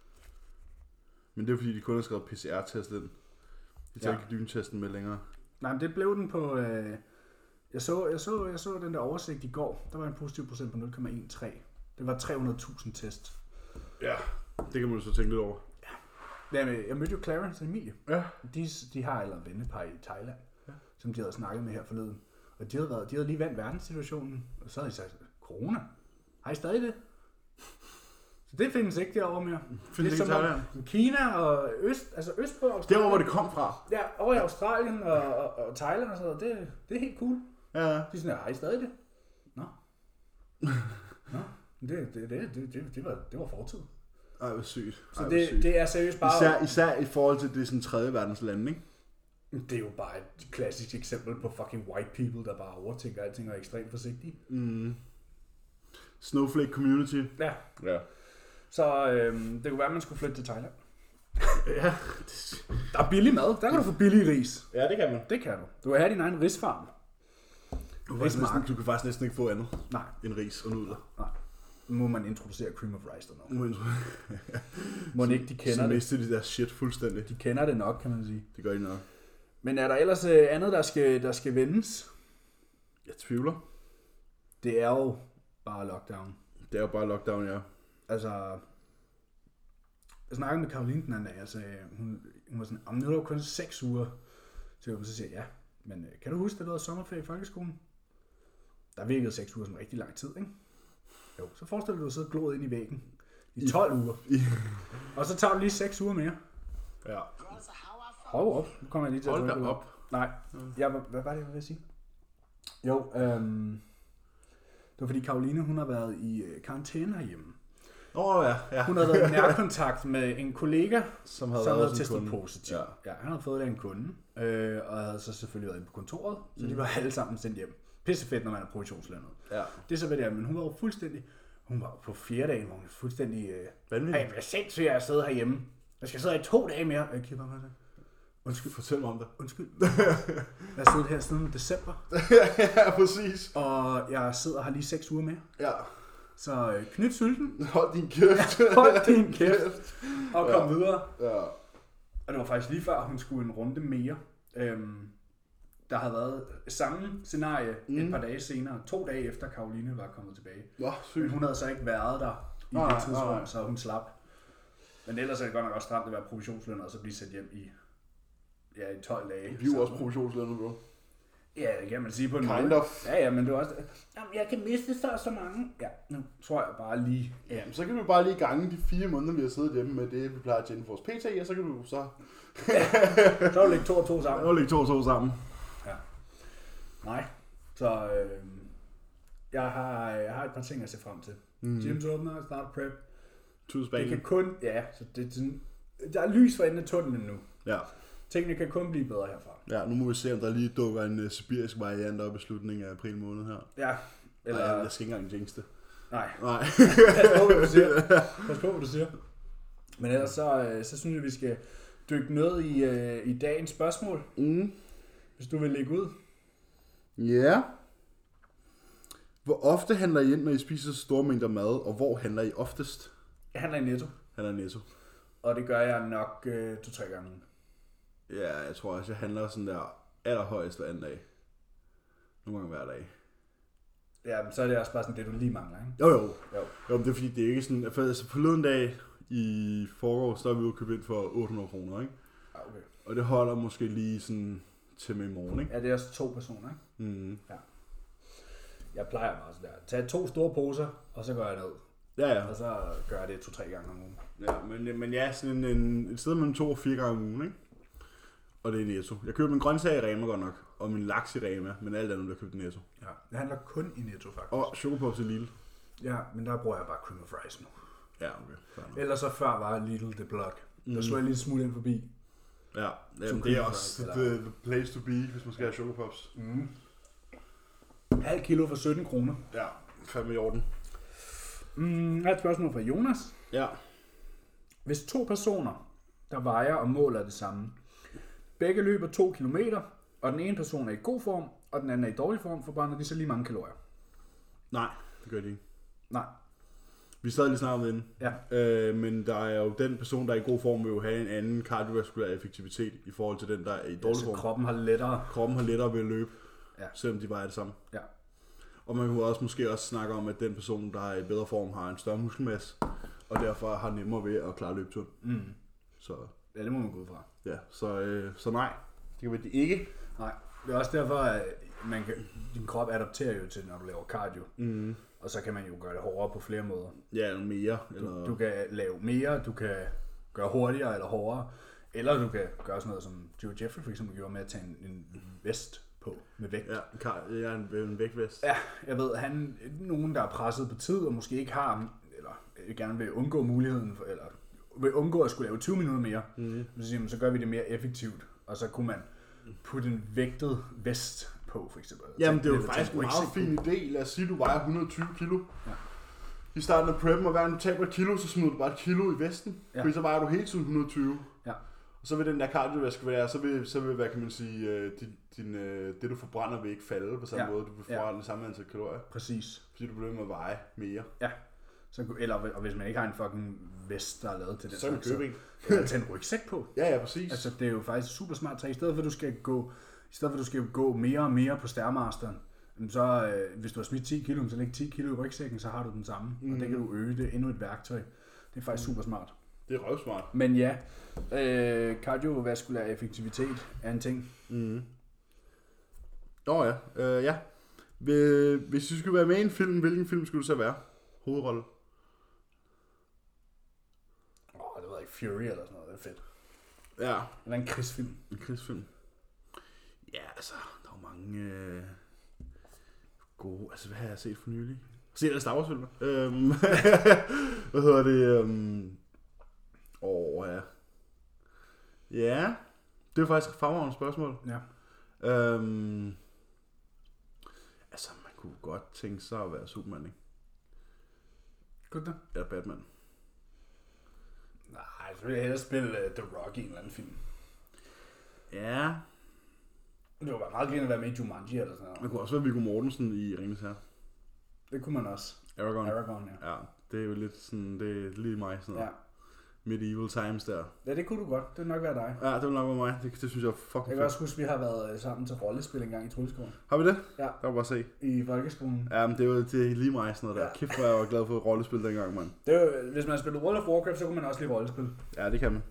Men det er fordi, de kun har skrevet P C R-test ind. De tager ja. ikke lyntesten med længere. Nej, men det blev den på... Øh, jeg, så, jeg, så, jeg så den der oversigt i går. Der var en positiv procent på nul komma tredive. Det var tre hundrede tusind test. Ja, det kan man jo så tænke lidt over. Ja. Jamen, jeg mødte jo Clarence og Emilie. Ja. De, de har eller vennepar i Thailand, ja. Som de havde snakket med her forleden. Og de havde, været, de havde lige vandt verdenssituationen. Og så havde de sagt, corona? Har I stadig det? Så det findes ikke derovre mere. Findes det er ikke som Kina og Øst, altså øst på Australien. Det var, hvor det kom fra. Ja, over i Australien og, og, og Thailand og sådan noget. Det, det er helt cool. Ja. De er sådan, har I stadig det? Nå. Nå. Det, det, det, det, det, det, var, det var fortid. Ej, hvor sygt. Så Ej, det, sygt. det er seriøst bare... Især, især i forhold til det sådan tredje verdens lande, ikke? Det er jo bare et klassisk eksempel på fucking white people, der bare overtænker alting og er ekstremt forsigtige. Mm. Snowflake community. Ja. Ja. Så øhm, det kunne være, at man skulle flytte til Thailand. Ja. Der er billig mad. Der kan du få billig ris. Ja, det kan man. Det kan du. Du kan have din egen risfarm. Du, næsten, du kan faktisk næsten ikke få andet Nej. end ris og nudler. Nej. Nu må man introducere cream of rice der nok. Må ikke de kender så det. Så mister de der shit fuldstændig. De kender det nok, kan man sige. Det gør de nok. Men er der ellers øh, andet, der skal, der skal vendes? Jeg tvivler. Det er jo bare lockdown. Det er jo bare lockdown, ja. Altså, jeg snakkede med Caroline den anden dag, og sagde, hun, hun var sådan, om nu er der jo kun seks uger. Så jeg så siger ja, men øh, kan du huske, at du havde sommerferie i folkeskolen? Der virkede seks uger som rigtig lang tid, ikke? Jo, så forestil dig, at du sidder glået ind i væggen i tolv uger. Og så tager du lige seks uger mere. Ja. Hold op, nu kommer jeg lige til at Hold da op. Nej, jeg, hvad var det, jeg ville sige? Jo, øhm, det var fordi Caroline, hun har været i øh, karantæne herhjemme. Åh oh, ja, ja. Hun har været i nærkontakt med en kollega, som havde, som havde testet kunde. positivt. Ja. ja, han havde fået det af en kunde, øh, og havde så selvfølgelig været inde på kontoret, så mm. de var alle sammen sendt hjem. Pissefedt, når man er provisionslønnet. Ja. Det er så, hvad det er, men hun var jo fuldstændig, hun var på fjerde dagen, hvor hun var fuldstændig, øh, vanvittigt. Ej, jeg bliver sindssygt, at jeg sidder herhjemme. Jeg skal sidde her i to dage mere. Jeg kigger bare på det. Undskyld, fortæl mig om det. Undskyld. Jeg har siddet her siden december. Ja, præcis. Og jeg sidder her lige seks uger mere. Ja. Så øh, knyt sylten. Hold din kæft. Hold din kæft. Og kom ja. videre. Ja. Og det var faktisk lige før, hun skulle en runde mere. Øhm, der havde været samme scenarie mm. et par dage senere. To dage efter Caroline var kommet tilbage. Nå, sygt. Men hun havde så ikke været der i nej, det tidsrum, nej. så hun slap. Men ellers er det godt nok også stramt at være provisionslønnet og så blive sendt hjem i, ja, i tolv dage. Vi er jo også provisionslønnet, bro. Ja, det kan man sige på en kind måde. Of. Ja, ja, men det er også... Jamen, jeg kan miste så så mange. Ja, nu tror jeg bare lige... Ja, så kan du bare lige gange de fire måneder, vi har siddet hjemme med det, vi plejer at tjene for vores P T, og så kan du så... så er du lægge to og to sammen. Så er du lægge to og to sammen. Ja. Nej, så... Øh, jeg, har, jeg har et par ting at se frem til. Mm. Gyms åbner, start prep. Det kan kun... Ja, så det er sådan... Der er lys for enden af tunnelen nu. Ja. Tingene kan kun blive bedre herfra. Ja, nu må vi se, om der lige dukker en uh, sibirisk variant op i slutningen af april måned her. Ja. Eller... Nej, jeg skal ikke engang jinx det. Nej. Nej. Pas på, hvad du siger. Pas på, hvad du siger. Men ellers så, så synes jeg, vi skal dykke ned i, uh, i dagens spørgsmål. Mm. Hvis du vil lægge ud. Ja. Yeah. Hvor ofte handler I ind, når I spiser store mængder mad, og hvor handler I oftest? Jeg handler i Netto. Handler i Netto. Og det gør jeg nok uh, to-tre gange. Ja, jeg tror også, jeg handler sådan der allerhøjst hver anden dag. Nogle gange hver dag. Ja, men så er det også bare sådan det, du lige mangler, ikke? Jo, jo. Jo, jo men det er fordi, det er ikke sådan... For altså, forleden dag i forgårs, der er vi ude at købe ind for otte hundrede kroner, ikke? Okay. Og det holder måske lige sådan til med i morgen, ikke? Ja, det er også to personer, ikke? Mm. Ja. Jeg plejer bare sådan der. Tag to store poser, og så går jeg ned. Ja, ja. Og så gør jeg det to-tre gange om ugen. Ja, men, men ja, sådan en, en, et sted mellem to og fire gange om ugen, ikke? Og det er Netto. Jeg køber min grøntsag i Rema godt nok, og min laks i Rema, men alt andet bliver købt i Netto. Ja, det handler kun i Netto faktisk. Og chokopops i Lidl. Ja, men der bruger jeg bare cream of fries nu. Ja, okay. Ellers så før var Lidl the block. Der mm. så jeg lige smut ind forbi. Ja, jamen, det er også the, the place to be, hvis man skal have chokopops. Mm. Halv kilo for sytten kroner. Ja, fandme i orden. Mm, jeg har et spørgsmål fra Jonas. Ja. Hvis to personer, der vejer og måler det samme, begge løber to kilometer, og den ene person er i god form, og den anden er i dårlig form, forbrænder de så lige mange kalorier? Nej, det gør de ikke. Nej. Vi sad lige snart om den. Ja. Øh, men der er jo den person, der er i god form, vil jo have en anden kardiovaskulær effektivitet i forhold til den, der er i dårlig ja, form. Kroppen har lettere. Kroppen har lettere ved at løbe, ja. selvom de vejer det samme. Ja. Og man kan også måske også snakke om, at den person, der er i bedre form, har en større muskelmasse, og derfor har nemmere ved at klare løbeturen. Mm. Så ja, det må man gå ud fra. Ja, så, øh, så nej, det kan være det ikke. Nej, det er også derfor, at man kan, din krop adapterer jo til, når du laver cardio. Mm. Og så kan man jo gøre det hårdere på flere måder. Ja, eller mere. Eller... Du, du kan lave mere, du kan gøre hurtigere eller hårdere. Eller du kan gøre sådan noget, som Joe Jeffrey for eksempel gjorde med at tage en, en vest på med vægt. Ja, ja en, en vægtvest. Ja, jeg ved, han nogen, der er presset på tid og måske ikke har, eller gerne vil undgå muligheden, for, eller vil undgå at skulle lave tyve minutter mere. Mm. Så, siger man, så gør vi det mere effektivt, og så kunne man putte en vægtet vest på, for eksempel. Jamen, det er jo faktisk en meget fin idé. Lad os sige, at du vejer et hundrede og tyve kilo. Ja. I starten af preppen, og hver gang du taber et kilo, så smider du bare et kilo i vesten. Ja. Fordi så vejer du hele tiden et hundrede og tyve. Ja. Og så vil den der kardiovaskulære, så vil, så vil, hvad kan man sige, din, din, det du forbrænder vil ikke falde på samme ja. måde. Du vil forbrænde ja. det samme antal kalorier. Præcis. Fordi du bliver med at veje mere. Ja. Så, eller og hvis man ikke har en fucking vest, der er lavet til det. Så kan man købe en. Eller tage en rygsæk på. Ja, ja, præcis. Altså, det er jo faktisk super smart træ. I stedet for, at du skal gå, i stedet for, at du skal gå mere og mere på Stairmasteren, så øh, hvis du har smidt ti kilo, så læg ti kilo i rygsækken, så har du den samme. Mm. Og det kan du øge. Det er endnu et værktøj. Det er faktisk super smart. Det er røvsmart. Men ja, øh, kardiovaskulær effektivitet er en ting. Mm. Nå ja, øh, ja. Hvis du skulle være med i en film, hvilken film skulle du så være? Hovedrolle? Åh, oh, det ved jeg ikke. Fury eller sådan noget. Det er fedt. Ja. Eller en krigsfilm. En krigsfilm. Ja, altså, der er jo mange øh, gode... Altså, hvad har jeg set for nylig? Set af Star Wars filmer. Øhm, hvad hedder det? Øhm, åh, ja. Ja, det er faktisk et fremragende spørgsmål. Ja. Øhm, altså, man kunne godt tænke sig at være Superman, ikke? Godt da. Eller Batman. Nej, så vil jeg hellere spille uh, The Rock i en eller anden film. Ja. Det var bare meget griner at være med i Jumanji eller sådan noget. Man kunne også være Viggo Mortensen i Ringens Herre. Det kunne man også. Aragorn. Aragorn, ja. Ja, det er jo lidt sådan, det er lige mig sådan noget. Ja. Medieval times der. Ja, det kunne du godt. Det ville nok være dig. Ja, det ville nok være mig. Det, det synes jeg er fucking fedt. Jeg kan også huske, at vi har været sammen til rollespil en gang i Trulleskoven. Har vi det? Ja. Der var bare se. I folkeskolen. Ja, men det var det er lige mig sådan noget der. Ja. Kæft, hvor jeg var glad for rollespil dengang, mand. Det var, hvis man har spillet World of Warcraft, så kunne man også lide rollespil. Ja, det kan man.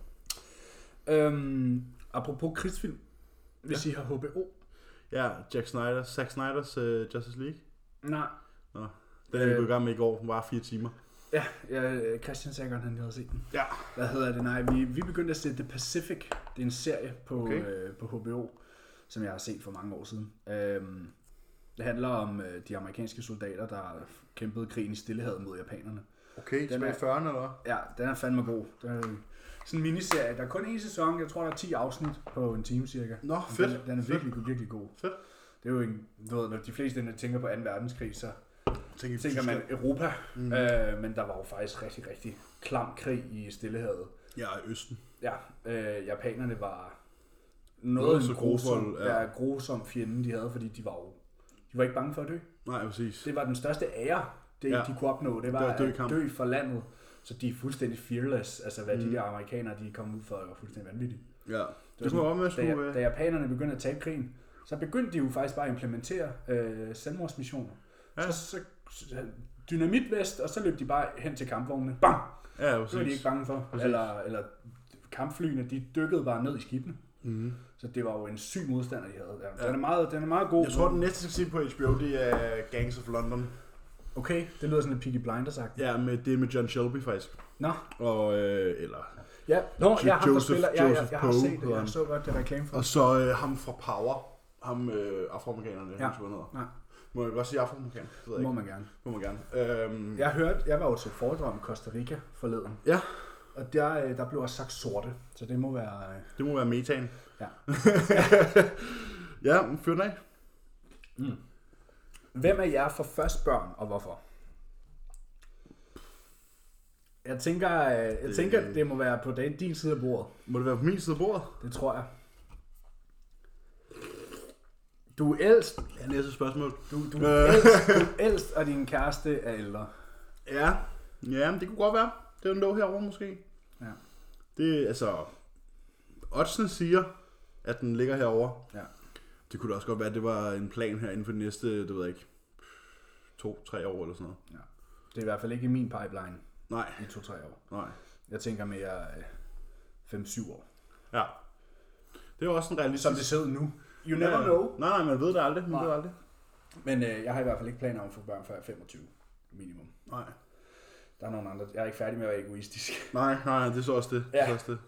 Øhm, apropos krigsfilm. Hvis ja. I har H B O. Ja, Jack Snyder. Zack Snyders uh, Justice League. Nej. Nå. Den er vi øh, gået i gang med i går. Den var fire timer. Ja, ja Christian Sagan, han havde set den. Ja. Hvad hedder det? Nej, vi, vi begyndte at se The Pacific. Det er en serie på, okay. øh, på H B O, som jeg har set for mange år siden. Øhm, det handler om øh, de amerikanske soldater, der kæmpede krigen i Stillehavet mod japanerne. Okay, den er i fyrrerne, eller hvad? Ja, den er fandme god. Den er sådan en miniserie. Der er kun en sæson. Jeg tror, der er ti afsnit på en time cirka. Nå, fedt. Den, den er virkelig, fedt. virkelig god. Fedt. Det er jo en, du ved, når de fleste, der tænker på anden verdenskrig, så tænker, tænker man Europa. Mm. Øh, men der var jo faktisk rigtig, rigtig klam krig i Stillehavet. Ja, i Østen. Ja, øh, japanerne var noget en grusom, ja. Ja, grusom fjende, de havde, fordi de var jo de var ikke bange for at dø. Nej, præcis. Det var den største ære, det, ja. de kunne opnå. Det var, det var at dø for landet. Så de er fuldstændig fearless. Altså, hvad mm. de der amerikanere, de kom ud for, var fuldstændig vanvittigt. Ja, det, det var sådan, da, skulle... da japanerne begyndte at tabe krigen, så begyndte de jo faktisk bare at implementere øh, selvmordsmissioner. Ja. Så, så, så dynamitvest, og så løb de bare hen til kampvognene. Bam! Ja, Det var de ikke bange for. Eller, eller kampflyene, de dykkede bare ned i skibene. Mm-hmm. Så det var jo en syg modstander, de havde. Ja, den, er meget, den er meget god. Jeg tror, den næste, jeg skal se på H B O, det er Gangs of London. Okay, det lyder sådan lidt Peaky Blinders-sagt. Ja, med, det er med John Shelby faktisk. Nå. Og, øh, eller... Ja, Nå, jeg har Joseph, spiller. Ja, jeg, jeg, jeg har Poe, set det. Jeg så godt det reklame for. Og så øh, ham fra Power. Ham øh, afroamerikanerne, ja. ja. Må jeg godt sige afroamerikaner? Det ved jeg Må ikke. man gerne. Må man gerne. Øhm... Jeg hørte, jeg var jo til foredrag om Costa Rica forleden. Ja. Og der, der blev også sagt sorte, så det må være... Det må være metan. Ja. Ja, fyr den af. Mm. Hvem af jer får først børn, og hvorfor? Jeg tænker, jeg det... tænker det må være på din side af bordet. Må det være på min side af bordet? Det tror jeg. Du er ældst. Ja, næste spørgsmål. Du, du, er ældst, du er ældst, og din kæreste er ældre. Ja, ja, det kunne godt være. Det er en lå herovre måske. Ja. Det altså... Oddsen siger, at den ligger herovre. Ja. Det kunne da også godt være, at det var en plan her inden for de næste, det ved jeg ikke, to-tre år eller sådan noget. Ja. Det er i hvert fald ikke i min pipeline. Nej. I to-tre år. Nej. Jeg tænker mere fem-syv år. Ja. Det er jo også en realistisk... Som det ser ud nu. You never ja. know. Nej, nej, man ved det aldrig. Man nej. ved aldrig. Men øh, jeg har i hvert fald ikke planer om at få børn før jeg er femogtyve. Minimum. Nej. Der er nogle andre. Jeg er ikke færdig med at være egoistisk. Nej, nej, det er så også det. Ja. Det er også det.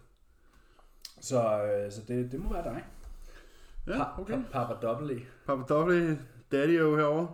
Så, øh, så det, det må være dig. Ja, okay. Pa- Papa Double E. Papa Double Daddy jo herovre.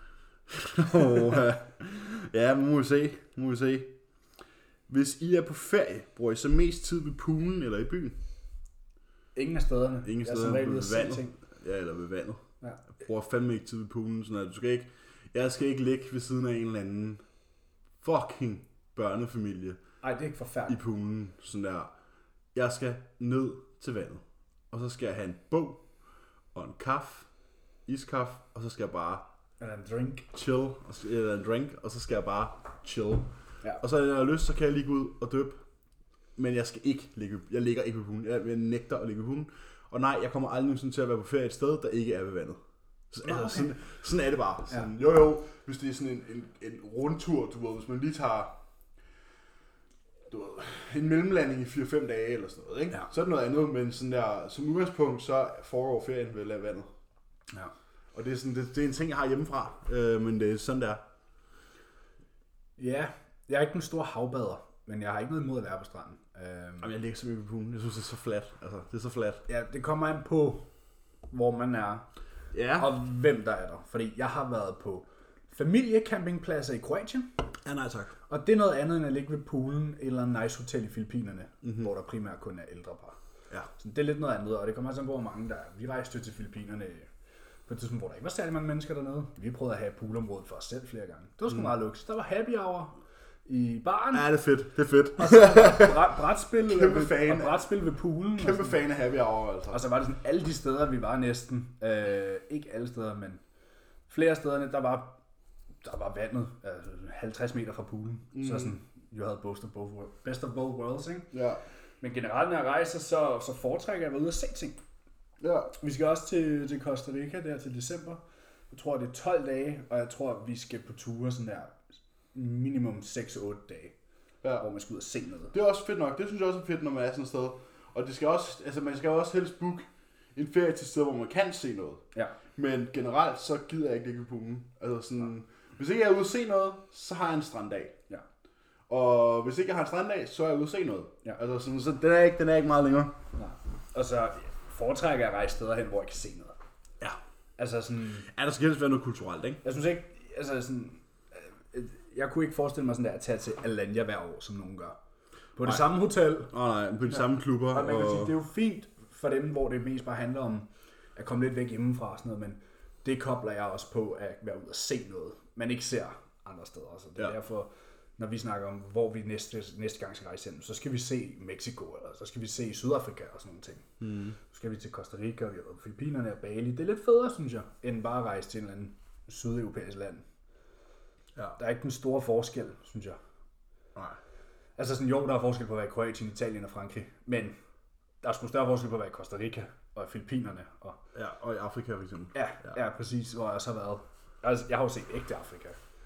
oh, ja. Ja, må vi se. Må vi se. Hvis I er på ferie, bruger I så mest tid ved poolen eller i byen? Ingen af stederne. Ingen af steder ved ved vandet. Ting. Ja, eller ved vandet. Ja. Jeg bruger fandme ikke tid ved poolen, sådan at du skal ikke... Jeg skal ikke ligge ved siden af en eller anden fucking børnefamilie. Nej, det er ikke forfærdeligt. I poolen, sådan der. Jeg skal ned til vandet, og så skal jeg have en bog og en kaffe, iskaffe, og så skal jeg bare eller en drink, chill, eller en drink, og så skal jeg bare chill. Ja. Og så når jeg har lyst, så kan jeg lige gå ud og døbe, men jeg skal ikke ligge, jeg ligger ikke ved poolen. Jeg, jeg nægter at ligge ved poolen. Og nej, jeg kommer aldrig nogensinde til at være på ferie et sted, der ikke er ved vandet. Så, altså, okay. sådan, sådan er det bare. Sådan, ja. Jo jo, hvis det er sådan en, en, en rundtur, du ved, hvis man lige tager du ved, en mellemlanding i fire fem dage eller sådan noget, ikke? Ja. Så er det noget andet, men sådan der, som udgangspunkt, så foregår ferien ved at vandet. Ja. Og det er, sådan, det, det er en ting, jeg har hjemmefra, øh, men det er sådan der. Ja, jeg er ikke en stor havbader, men jeg har ikke noget imod at være på stranden. Øhm, Jamen, jeg ligger så mye på poolen. Jeg synes, det er så flat. Altså, det er så flat. Ja, det kommer an på, hvor man er, ja. Og hvem der er der. Fordi jeg har været på familiecampingpladser i Kroatien. Ja, nej tak. Og det er noget andet end at ligge ved poolen eller en nice hotel i Filippinerne, mm-hmm. hvor der primært kun er ældre par. Ja. Så det er lidt noget andet, og det kommer altså på, hvor mange der er. Vi rejste til Filippinerne på et tidspunkt, hvor der ikke var særlig mange mennesker dernede. Vi prøvede at have poolområdet for os selv flere gange. Det var sgu mm. meget luksus. Der var happy hour i baren. Ja, det er fedt. Det er fedt. Og så var brætspil, Kæmpe ved, fan. og brætspil ved poolen. Kæmpe fan af happy hour, altså. Og så var det sådan alle de steder, vi var næsten. Øh, ikke alle steder, men flere stederne, der var, der var vandet altså halvtreds meter fra poolen. Mm. Så sådan, you had best of both, best of both worlds, ikke? Ja. Men generelt, når jeg rejser, så, så foretrækker jeg at være ude og se ting. Ja. Vi skal også til, til Costa Rica der til december. Jeg tror, det er tolv dage, og jeg tror, vi skal på ture sådan der minimum seks otte dage, ja. Hvor man skal ud og se noget. Det er også fedt nok. Det synes jeg også er fedt, når man er sådan et sted. Og det skal også, altså man skal også helst booke en ferie til et sted, hvor man kan se noget. Ja. Men generelt, så gider jeg ikke ligge på poolen. Altså sådan, ja. Hvis ikke jeg er ude at se noget, så har jeg en stranddag. Ja. Og hvis ikke jeg har en stranddag, så er jeg ude at se noget. Ja. Altså sådan, så den er, ikke, den er ikke meget længere. Nej. Og så foretrækker jeg at rejse steder hen, hvor jeg kan se noget. Ja. Altså sådan... Ja, der skal helst være noget kulturelt, ikke? Jeg synes ikke, altså sådan... Jeg kunne ikke forestille mig sådan der at tage til Alanya hver år, som nogen gør. På det nej. Samme hotel. Åh oh, nej, på de ja. Samme klubber. Og man kan sige, det er jo fint for dem, hvor det mest bare handler om at komme lidt væk hjemmefra og sådan noget, men det kobler jeg også på at være ude og se noget, man ikke ser andre steder. Så det er ja. Derfor, når vi snakker om, hvor vi næste, næste gang skal rejse hen, så skal vi se Mexico, eller så skal vi se Sydafrika og sådan nogle ting. Mm. Så skal vi til Costa Rica, og vi er på Filippinerne og Bali. Det er lidt federe, synes jeg, end bare at rejse til en eller anden sydeuropæisk land. Ja. Der er ikke den store forskel, synes jeg. Nej. Altså sådan, jo, der er forskel på at være i Kroatien, Italien og Frankrig, men der er sgu større forskel på at være i Costa Rica og Filippinerne. Og, ja, og i Afrika for eksempel. Ja, ja. ja, præcis, hvor jeg også har været. Altså, jeg har jo set ægte Afrika.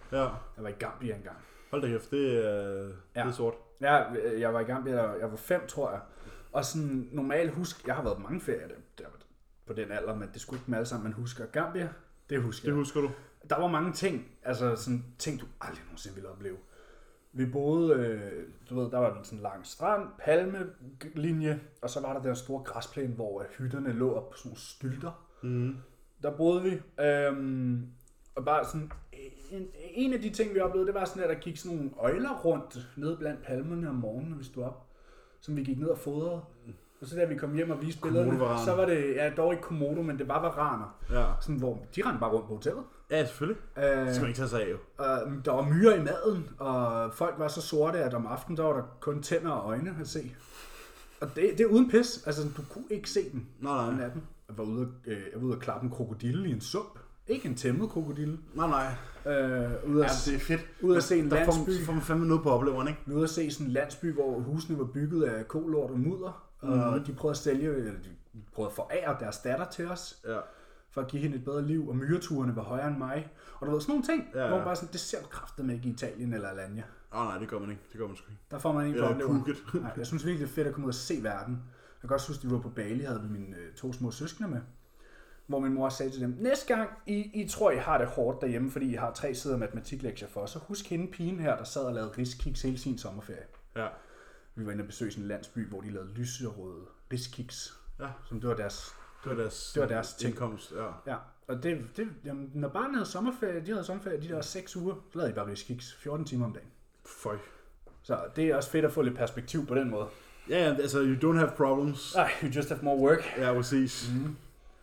Ja. Jeg var i Gambia engang. Hold da kæft, det er, ja. det er sort. Ja, jeg var i Gambia, jeg var fem, tror jeg. Og sådan normalt husk, jeg har været på mange ferier der, på den alder, men det skulle ikke med alle sammen, man husker. Gambia, det husker Det jeg. husker du. Der var mange ting, altså sådan ting, du aldrig nogensinde ville opleve. Vi boede, øh, du ved, der var en sådan lang strand, palmelinje, og så var der den store græsplæne, hvor hytterne lå op på sådan nogle stylter. Mm. Der boede vi, øhm, og bare sådan, en, en af de ting, vi oplevede, det var sådan, at der gik sådan nogle øjler rundt nede blandt palmerne om morgenen, når vi stod op, som vi gik ned og fodrede. Og så da vi kom hjem og viste billederne, så var det, ja, dog ikke komodo, men det var varaner. Ja. Sådan, hvor de rendte bare rundt på hotellet. Ja, selvfølgelig. Øh, det skal man ikke tage sig af, jo. Øh, der var myrer i maden, og folk var så sorte, at om aftenen, der var der kun tænder og øjne at se. Og det, det er uden pis. Altså, du kunne ikke se dem nej, nej. natten. Jeg var ude, øh, jeg var ude at klappe en krokodille i en sump. Ikke en tæmmet krokodille. Nej, nej. Øh, ude at, ja, det er fedt. Ude at se en der landsby. Der får man fandme noget på opleveren, ikke? Ude at se sådan en landsby, hvor husene var bygget af kolort og mudder. Mm. Og de prøvede at sælge, eller de prøvede at forære deres datter til os. Ja. For at give hende et bedre liv, og myreturene var højere end mig. Og der var sådan nogle ting, ja, ja. hvor man bare sådan, det ser du kraftedeme ikke i Italien eller Alanya. Åh oh, nej, det gør man ikke. Det gør man sgu ikke. Der får man ikke eller oplevelser. Nej, jeg synes virkelig, det er fedt at komme ud og se verden. Jeg kan også huske, at vi var på Bali, havde vi mine øh, to små søskende med. Hvor min mor sagde til dem, næste gang I, I tror, I har det hårdt derhjemme, fordi I har tre sider matematiklektier for, så husk hende pigen her, der sad og lavede riskiks hele sin sommerferie. Ja. Vi var inde og besøge sådan en landsby, hvor de lavede lyserøde riskiks. Ja. Som det var deres, det var deres, det var deres ting. Indkomst, ja. Ja. Og det, det, jamen, når barnet havde sommerferie, de havde sommerferie de der seks uger, så lavede de bare riskiks fjorten timer om dagen. Føj. Så det er også fedt at få lidt perspektiv på den måde. Ja, yeah, altså, you don't have problems. Nej, you just have more work. Ja, præcis. Mm.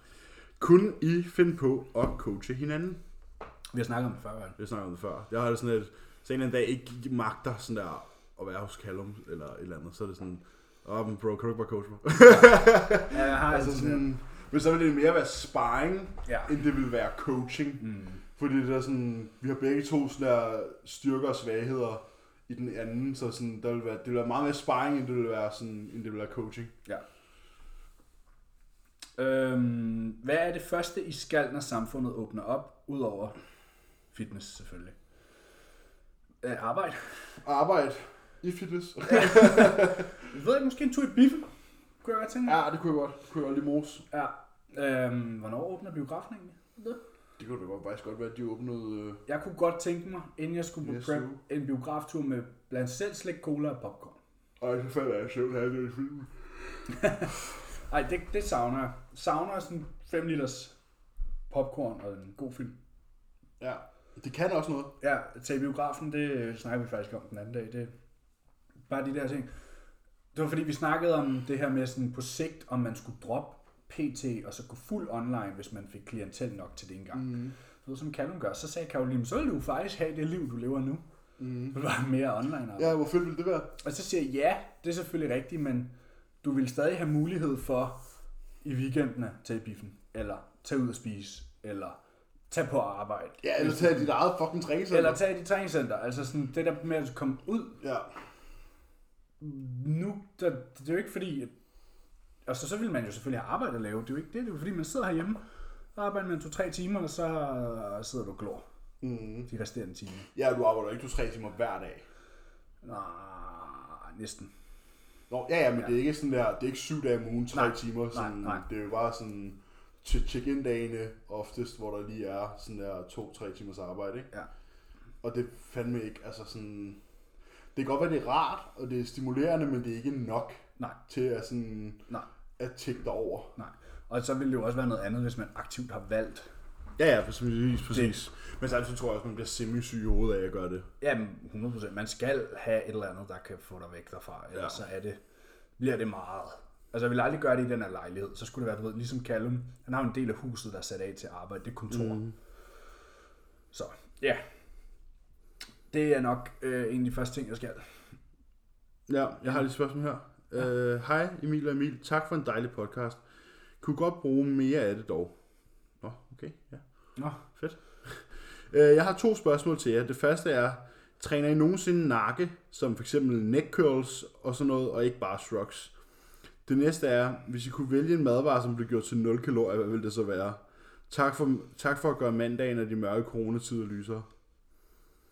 Kunne I finde på at coache hinanden? Vi har snakket om det før, vel? Vi har snakket om det før. Jeg har det sådan, at så en eller anden dag ikke magter sådan der at være hos Callum eller et eller andet, så er det sådan, åh, oh, men bro, kan du ikke bare coach mig? Ja, jeg har altså sådan, men så vil det mere være sparring, ja. end det vil være coaching. Mm. Fordi det er sådan, vi har begge to sådan der styrker og svagheder i den anden, så sådan, der vil være, det vil være meget mere sparring, end det vil være, sådan, end det vil være coaching. Ja. Øhm, hvad er det første, I skal, når samfundet åbner op, udover fitness selvfølgelig? Øh, arbejde. Arbejde i fitness. Jeg ved ikke, måske en tur i biffen, kunne jeg godt tænke. Ja, det kunne jeg godt. Det kunne jeg godt lide mos. Ja. Øhm, hvornår åbner biografen egentlig? Det? Det kunne det godt, faktisk godt være, at de åbnede... Øh... Jeg kunne godt tænke mig, inden jeg skulle på yes, prep, en biograftur med blandt selv slik, cola og popcorn. Ej, så falder jeg selv her i den film. Ej, det, det savner jeg. Savner sådan fem liters popcorn og en god film. Ja, det kan også noget. Ja, til biografen, det snakker vi faktisk om den anden dag. Det er bare de der ting. Det var fordi, vi snakkede om det her med sådan på sigt, om man skulle droppe P T og så gå fuld online, hvis man fik klientel nok til det engang. Mm. Så ved, som Callum gør, så sagde Caroline, så vil du faktisk have det liv, du lever nu. Mm. Det var mere online arbejde. Ja, hvor fedt ville det være? Og så siger jeg, ja, det er selvfølgelig rigtigt, men du vil stadig have mulighed for i weekendene tage i biffen, eller tage ud og spise, eller tage på arbejde. Ja, eller tage dit eget fucking træningscenter. Eller tage dit træningscenter. Altså sådan det der med at komme ud. Ja. Nu, der, det er jo ikke fordi, at, altså så vil man jo selvfølgelig have arbejde at lave. Det er jo ikke det, det er jo fordi, man sidder herhjemme, og arbejder man to-tre timer, og så sidder du og glor. Mm. De resterende timer. Ja, du arbejder ikke to-tre timer hver dag. Nej, næsten. Nå, ja, ja, men ja. Det er ikke sådan der, det er ikke syv dage om ugen, tre nej, timer. Sådan, nej, nej. Det er jo bare sådan til check-in-dagene oftest, hvor der lige er sådan der to-tre timers arbejde, ikke? Ja. Og det fandme ikke, altså sådan, det kan godt være, det er rart, og det er stimulerende, men det er ikke nok nej. Til at sådan, nej. At tække over. Nej, og så vil det jo også være noget andet, hvis man aktivt har valgt. Ja, ja, præcis, præcis. Det. Men samtidig tror jeg også, man bliver semi-syg i hovedet af at gøre det. Ja, hundrede procent. Man skal have et eller andet, der kan få dig væk derfra, ellers ja. Så er det, bliver det meget. Altså jeg vil aldrig gøre det i den her lejlighed, så skulle det være, du ved, ligesom Callum, han har en del af huset, der er sat af til arbejde, det er kontor. Mm. Så, ja. Det er nok øh, en af de første ting, jeg skal. Ja, jeg har lige et spørgsmål her. Ja. Uh, hej Emil og Emil, tak for en dejlig podcast. Kunne godt bruge mere af det dog. Nå, okay, ja. Nå. Fedt. Uh, jeg har to spørgsmål til jer. Det første er, træner I nogensinde nakke, som for eksempel neck curls og sådan noget, og ikke bare shrugs? Det næste er, hvis I kunne vælge en madvare, som blev gjort til nul kalorier, hvad ville det så være? Tak for, tak for at gøre mandagen og de mørke coronatider lyser.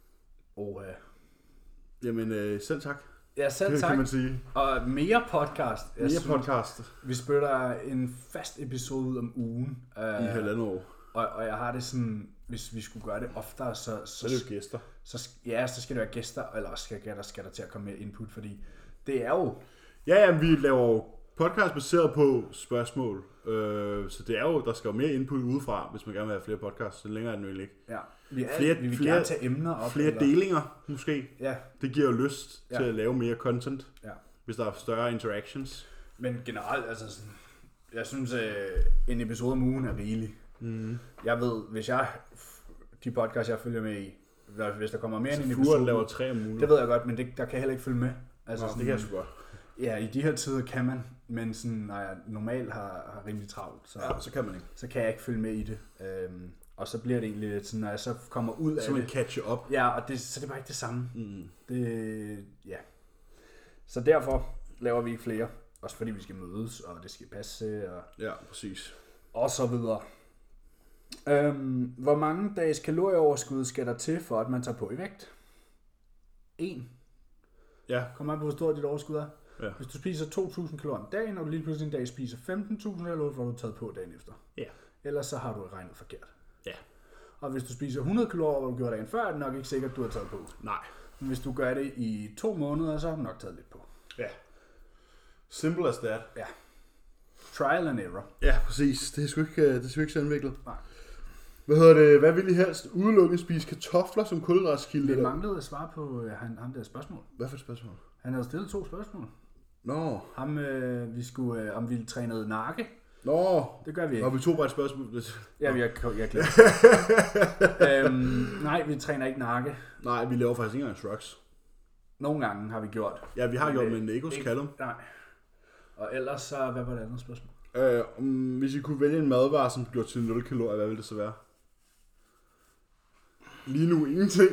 Og, øh, Jamen, øh, selv tak. Ja, selv det tak. kan man sige. Og mere podcast. Jeg mere synes, podcast. Vi spytter en fast episode ud om ugen. I uh, halvandet år. Og, og jeg har det sådan, hvis vi skulle gøre det oftere, så... Så, så er det jo gæster. Så, ja, så skal det være gæster, eller også skal der, skal der til at komme mere input, fordi det er jo... Ja, ja, vi laver jo podcast baseret på spørgsmål. Øh, så det er jo, der skal jo mere input udefra, hvis man gerne vil have flere podcasts. Så længere er den jo ikke. Ja, vi, er, flere, vi vil flere, gerne tage emner op. Flere eller? delinger, måske. Ja. Det giver jo lyst ja. til at lave mere content, ja. hvis der er større interactions. Men generelt, altså sådan, jeg synes, øh, en episode om ugen er rigelig. Mm. Jeg ved, hvis jeg, de podcasts, jeg følger med i, hvis der kommer mere end en episode... episode... laver tre om ugen. Det ved jeg godt, men det, der kan jeg heller ikke følge med. Altså, Nå, sådan, det kan jeg sgu godt. Ja, i de her tider kan man, men sådan, når jeg normalt har, har rimelig travlt, så, ja, så kan man ikke. Så kan jeg ikke følge med i det. Øhm, og så bliver det egentlig lidt sådan, når jeg så kommer ud af så det... Så man catcher up. Ja, og det, så det er bare ikke det samme. Mm. Det, ja. Så derfor laver vi ikke flere. Også fordi vi skal mødes, og det skal passe, og... Ja, præcis. Og så videre. Øhm, hvor mange dages kalorieoverskud skal der til, for at man tager på i vægt? En. Ja. Kommer an på, hvor stort dit overskud er. Ja. Hvis du spiser to tusind kalorier om dagen, og du lige pludselig en dag spiser femten tusind kalorier, får du taget på dagen efter. Ja. Ellers så har du regnet forkert. Ja. Og hvis du spiser hundrede kalorier, hvor du gjorde dagen før, er det nok ikke sikkert, at du har taget på. Nej. Men hvis du gør det i to måneder, så har du nok taget lidt på. Ja. Simple as that. Ja. Trial and error. Ja, præcis. Det er sgu ikke, det er sgu ikke så indviklet. Nej. Hvad hedder det? Hvad vil I helst? Udelukkende spise kartofler som kulhydratskilde? Det manglede at svare på han, ham der spørgsmål. Hvad for et spørgsmål? Han havde stillet to spørgsmål. Nå. Ham, øh, vi skulle, øh, om vi trænede nakke. Nå. Det gør vi ikke. Nå, vi tog bare et spørgsmål. Ja, jeg, jeg glemte. øhm, nej, vi træner ikke nakke. Nej, vi laver faktisk ikke engang shrugs. Nogle gange har vi gjort. Ja, vi har men, gjort med en Egos Callum. Nej. Og ellers så, hvad var det andet spørgsmål? Øh, um, hvis I kunne vælge en madvare, som gjorde til nul kalorier, hvad ville det så være? Lige nu ingenting.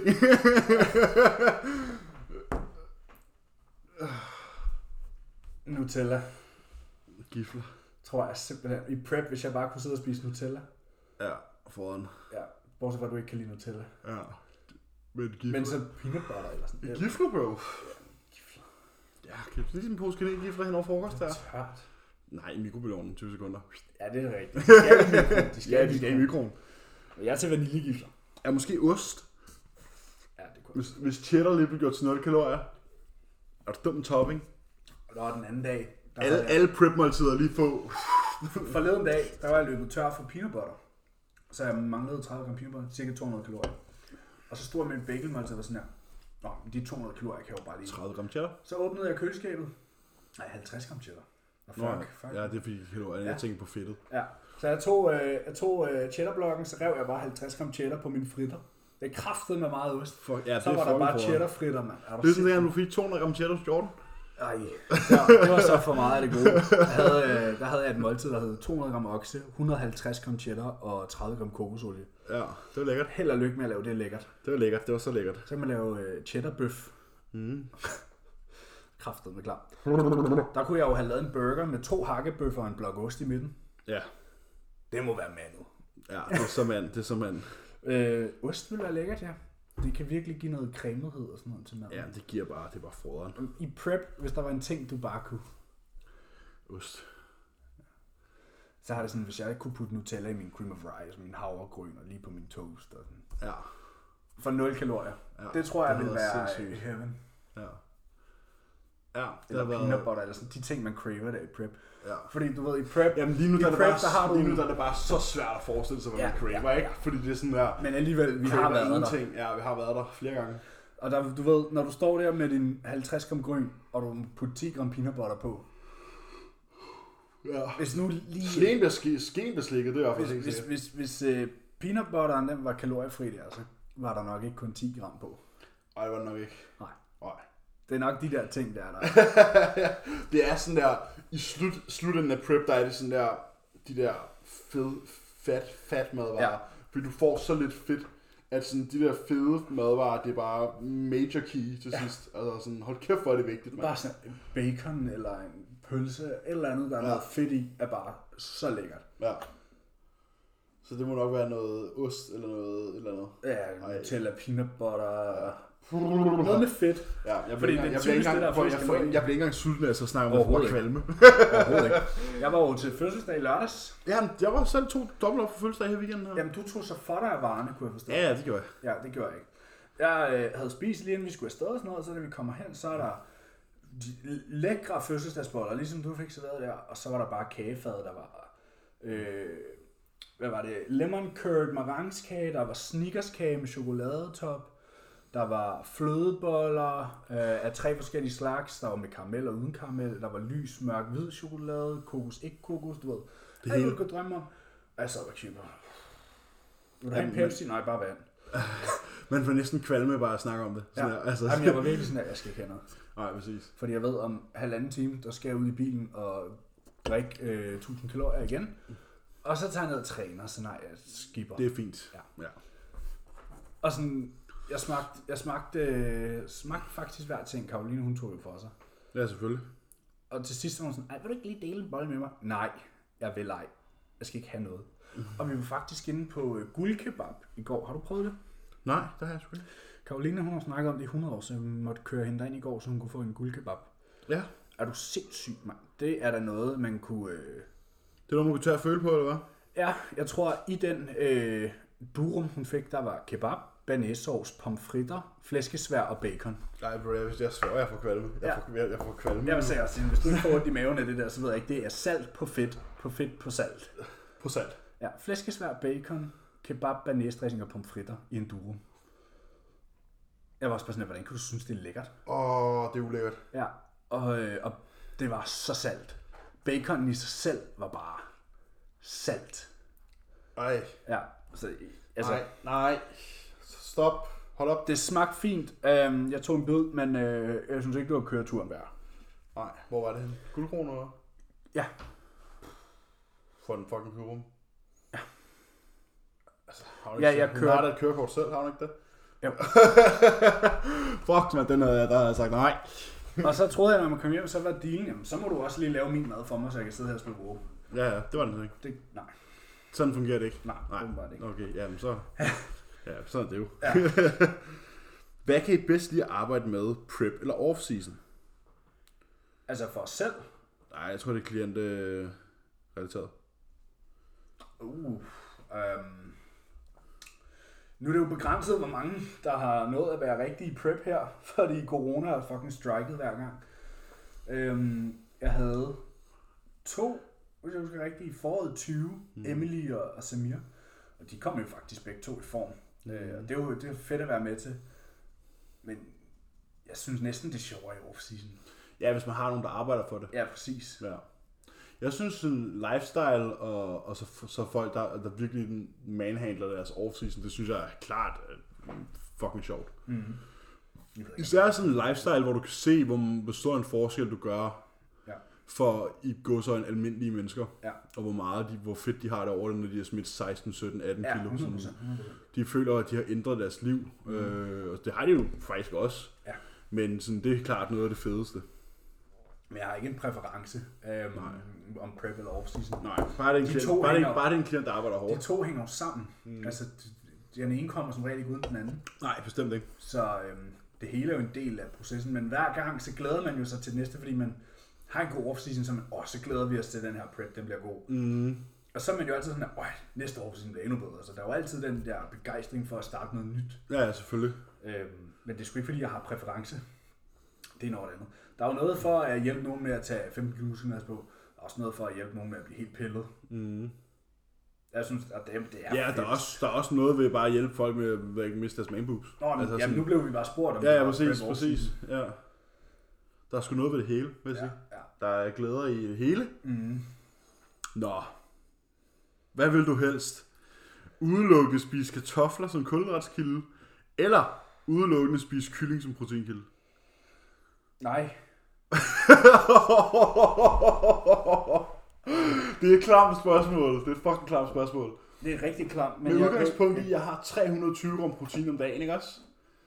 Nutella. Gifler. Tror jeg simpelthen. I prep, hvis jeg bare kunne sidde og spise Nutella. Ja, foran. Ja, bortset fra, at du ikke kan lide Nutella. Ja. Men gifler. Men så peanut butter eller sådan noget. Gifler, bro. Ja, gifler. Ja, kan du lige en pose kanelgifler hen over frokost der? Tørt. Nej, i mikrobølgeovnen, tyve sekunder. Ja, det er rigtigt. De skal i mikroen. De skal, ja, de skal i mikroen. Jeg er til vaniljegifler. Ja, måske ost. Ja, det kunne hvis, hvis cheddar lige blev gjort til nul kalorier, er det dumt topping. Og der var den anden dag. Der alle, jeg... alle prep-måltider lige få. Forleden dag, der var jeg løbet tør for peanut butter. Så jeg manglede tredive gram peanut butter, cirka to hundrede kalorier. Og så stod jeg med en bagelmåltid og var sådan her. Nå, men de to hundrede kalorier kan jeg jo bare lige... tredive gram cheddar? Så åbnede jeg køleskabet. Nej, halvtreds gram cheddar. Og fuck, Nå, fuck. ja, det er fordi kalorier, ja. Jeg tænker på fedtet. Ja, så jeg tog, øh, jeg tog øh, cheddarblokken, så rev jeg bare halvtreds gram cheddar på mine fritter. Det kraftede med meget ost. Fuck, ja, så det var der bare cheddar-fritter, mand. Er det er sådan, at du fik to hundrede gram cheddar hos Jordan. Ej, ja, det var så for meget af det gode. Der havde, øh, der havde jeg et måltid, der hed to hundrede gram okse, et hundrede og halvtreds gram cheddar og tredive gram kokosolie. Ja, det var lækkert. Held og lykke med at lave det lækkert. Det var lækkert, det var så lækkert. Så kan man lave øh, cheddarbøf. Mm. Kraftet med klar. Der kunne jeg jo have lavet en burger med to hakkebøffer og en blok ost i midten. Ja. Det må være mandet. Ja, det er så mand, det er så mand. Øh, ost vil være lækkert, ja. Det kan virkelig give noget cremethed og sådan noget til maden. Ja, det giver bare, det er bare froderen. I prep, hvis der var en ting, du bare kunne... Ost. Så har det sådan, hvis jeg ikke kunne putte Nutella i min cream of rice, min havregryn og lige på min toast og sådan. Ja. For nul kalorier. Ja, det tror jeg det vil være sindssygt. Heaven. Ja. Ja, det eller har været... peanut butter, eller sådan de ting, man craver der i prep. Ja. Fordi du ved, i prep... Jamen lige nu, der, prep, er det bare, der har du... lige nu der er det bare så svært at forestille sig, hvad ja, man craver, ja, ikke? Ja. Fordi det er sådan der... Men alligevel, vi har været der. Ting. Ja, vi har været der flere gange. Og der, du ved, når du står der med din halvtreds gram grøn, og du putter ti gram peanut butter på. Ja. Hvis nu lige... Skeen bliver, ske, skeen bliver slikket, det er hvis, hvis, hvis, hvis, hvis uh, peanut butteren den var kaloriefri der, så var der nok ikke kun ti gram på. Ej, det var det nok ikke. Nej. Nej. Det er nok de der ting, der er der. Det er sådan der, i slut, slutningen af prep, der er det sådan der, de der fed, fat, fat madvarer. Ja. Fordi du får så lidt fedt, at sådan de der fede madvarer, det er bare major key til ja. sidst. Altså sådan, hold kæft, hvor er det vigtigt, man. Bare sådan en bacon eller en pølse, et eller andet, der er ja. noget fedt i, er bare så lækkert. Ja. Så det må nok være noget ost eller noget et eller andet. Ja, Nutella, peanut butter, Noget med fedt. Ja, jeg Fordi bliver det er jeg bliver typisk ikke det, der er engang, jeg, jeg, forskellen. jeg bliver ikke engang sulten af at så snakke om Overhovedet at kvalme. Overhovedet ikke. Jeg var jo til fødselsdag i lørdags. Ja, jeg var selv to dobbelt op for fødselsdag her weekenden her. Jamen, du tog så for dig af varerne, kunne jeg forstå. Ja, ja, det gjorde jeg. Ja, det gjorde jeg ikke. Jeg øh, havde spist lige inden vi skulle afsted og sådan noget, så da vi kommer hen, så er der de lækre fødselsdagsboller, ligesom du fik serveret der, og så var der bare kagefad, der var, øh, hvad var det, lemon curd maranskage, der var snickerskage med chokoladetop, der var flødeboller øh, af tre forskellige slags, der var med karamel og uden karamel, der var lys, mørk, hvid chokolade, kokos, ikke kokos, du ved. Det hele. Jeg kunne drømme om. Og jeg sad og kigge. Vil du have en Pepsi? Nej, bare vand. Man får næsten kvalme bare at snakke om det. Ja. Sådan, altså. Jamen, jeg var virkelig sådan, at jeg skal ikke have noget. Nej, præcis. Fordi jeg ved, om halvanden time, der skal jeg ud i bilen og drikke øh, tusind kalorier igen. Og så tager jeg ned og træner, så nej, jeg skipper. Det er fint. Ja. Ja. Og sådan, jeg smagte, jeg smagte, øh, smagte faktisk hver ting. Karoline, hun tog jo for sig. Ja, selvfølgelig. Og til sidst var hun sådan, ej, vil du ikke lige dele en bolle med mig? Nej, jeg vil ej. Jeg skal ikke have noget. Mm. Og vi var faktisk inde på øh, guldkebab i går. Har du prøvet det? Nej, det har jeg sgu ikke. Karoline, hun har snakket om det i hundrede år, så jeg måtte køre hende derind i går, så hun kunne få en guldkebab. Ja. Er du sindssyg, mand? Det er da noget, man kunne... Øh... Det er noget, man kunne tage at føle på, eller hvad? Ja, jeg tror, i den øh, durum, hun fik, der var kebab, banæssauce, pomfritter, flæskesvær og bacon. Nej, bro, jeg, jeg svær, jeg får kvalme. Jeg, Ja. får, jeg, jeg får kvalme. Jeg vil sige også, hvis du ikke får ondt i maven af det der, så ved jeg ikke, det er salt på fedt, på fedt på salt. På salt. Ja, flæskesvær, bacon, kebab, banæsdressing og pomfritter i en durum. Jeg var også bare sådan, hvordan kan du synes, det er lækkert? Åh, oh, det er ulækkert. Ja, og, øh, og det var så salt. Baconen i sig selv var bare salt. Ej. Ja, så altså... Nej, nej. Stop. Hold op. Det smagte fint. Um, jeg tog en bid, men øh, jeg synes ikke, det var køreturen værd. Nej, hvor var det henne? Guldkroner, eller? Ja. For den fucking pyrum. Ja. Altså, har hun Ja, ikke, jeg hun kører- har da et kørekort selv, har hun ikke det? Jo. Fuck, man, den havde jeg, der havde jeg sagt nej. Og så troede jeg, når man kom hjem, så var dealen, jamen, så må du også lige lave min mad for mig, så jeg kan sidde her og spille WoW. Ja, ja, det var den ikke. Det, nej, Sådan fungerer det ikke. nej, Nej. åbenbart ikke. Okay, jamen så... Ja, sådan er det jo. Ja. Hvad kan I bedst lide at arbejde med, prep eller off-season? Altså for os selv. Nej, jeg tror, det er klient-relateret. Uh, um, nu er det jo begrænset, hvor mange, der har nået at være rigtige prep her, fordi corona har fucking striket hver gang. Um, jeg havde to, hvis jeg husker rigtigt, i foråret tyve, mm. Emily og, og Samir. Og de kom jo faktisk begge to i form. Mm. Uh, og det er jo det er fedt at være med til. Men jeg synes næsten, det er sjovere i off-season. Ja, hvis man har nogen, der arbejder for det. Ja, præcis. Ja. Jeg synes, sådan lifestyle og, og så, så folk, der, der virkelig manhandler deres off-season, det synes jeg er klart uh, fucking sjovt. Mm-hmm. Især sådan en lifestyle, hvor du kan se, hvor, hvor stor en forskel du gør Ja. for i går så en almindelige mennesker. Ja. Og hvor meget de, hvor fedt de har det over det, når de er smidt seksten, sytten, atten Ja, kilo. hundrede procent. Sådan. hundrede procent. De føler, at de har ændret deres liv. Mm. Øh, og det har de jo faktisk også. Ja. Men sådan, det er klart noget af det fedeste. Men jeg har ikke en præference um, om prep eller off-season. Nej, bare det er en, De klient, to bare det er, hænger- bare det er en klient, der arbejder hårdt. De to hænger jo sammen. Mm. Altså, d- den ene kommer som regel ikke uden den anden. Nej, bestemt ikke. Så øhm, det hele er jo en del af processen. Men hver gang, så glæder man jo sig til næste, fordi man har en god off-season, så man, åh, så glæder vi os til den her prep, den bliver god. Mm. Og så er man jo altid sådan, at åh, næste off-season bliver endnu bedre. Så der er jo altid den der begejstring for at starte noget nyt. Ja, ja, selvfølgelig. Øhm, men det er sgu ikke, fordi jeg har præference. Det er noget andet. Der er jo noget for at hjælpe nogen med at tage femten kilo muskelmasse på. Der er også noget for at hjælpe nogen med at blive helt pillet. Mm. Jeg synes, at det, det er Ja, fedt. der er, også, der er også noget ved bare at hjælpe folk med at ikke miste deres manboobs. Nå, men, altså, jamen, sådan- nu blev vi bare spurgt om Ja, ja, det var præcis, prep præcis. off-season. Ja. Der er sgu noget ved det hele, vil jeg Ja, sige. ja. Der er glæder i det hele. Mm. Nå. Hvad vil du helst? Udelukkende spise kartofler som kulhydratskilde, eller udelukkende spise kylling som proteinkilde? Nej. Det er et klamt spørgsmål. Det er et fucking klamt spørgsmål. Det er rigtig klamt. Med udgangspunkt i, at jeg har tre hundrede og tyve gram protein om dagen, ikke også?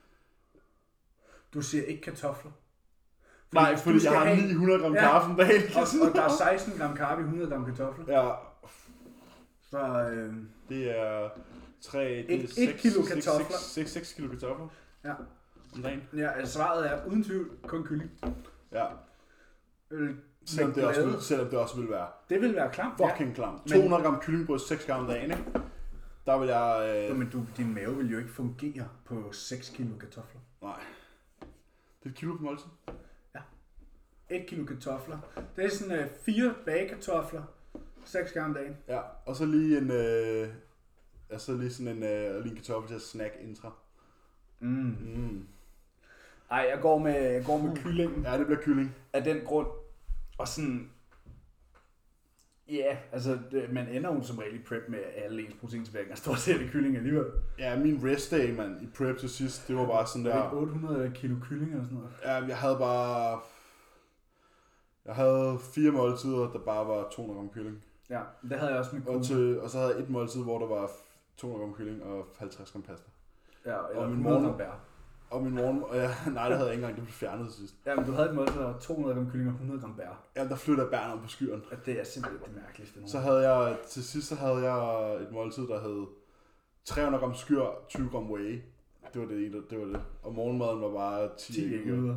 Du siger ikke kartofler. Nej, hvis fordi du skal jeg har have- ni hundrede gram Ja. kaffe om dagen. Og, og der er seksten gram karb i hundrede gram kartofler. Ja, Så øh, det er tre, det er Et- et seks- kilo seks- kartofler. seks- seks- seks kilo kartofler. ja. om dagen? Ja, altså svaret er uden tvivl kun kylling. Ja. Øh, Selvom det, også vil, selvom det også vil være. Det vil være klamt. Fucking ja. Klamt. to hundrede gram kyllingbryst seks gange om dagen, ikke? Der vil jeg... Øh... Jo, men du, din mave vil jo ikke fungere på seks kilo kartofler. Nej. Det er et kilo på måltid. Ja. et kilo kartofler. Det er sådan øh, fire bagekartofler seks gange om dagen. Ja, og så lige en... Øh... Ja, så lige sådan en, øh, lige en kartoffel til at snack intra. Mm. Mm. Ej, jeg går med, jeg går med kyllingen. Ja, det bliver kylling. Af den grund. Og sådan... Ja, yeah, altså det, man ender jo som regel i prep med alle ens proteintilværinger. Stort set i kylling alligevel. Ja, min rest day, man, i prep til sidst, det var bare sådan der... otte hundrede kilo kylling eller sådan noget. Ja, jeg havde bare... Jeg havde fire måltider, der bare var to hundrede gram kylling. Ja, det havde jeg også med og, til, og så havde jeg et måltid, hvor der var to hundrede gram kylling og halvtreds gram pasta. Ja, og min morgen og bær. Og min morgen... Ja, nej, det havde jeg ikke engang, det blev fjernet til sidst. Ja, men du havde et måltid, der var to hundrede gram kylling og hundrede gram bær. Ja, der flytter bærne om på skyren. Ja, det er simpelthen det mærkeligste. Så havde jeg... Til sidst så havde jeg et måltid, der hed tre hundrede gram skyr, tyve gram whey. Det var det, det var det. Og morgenmaden var bare ti æg.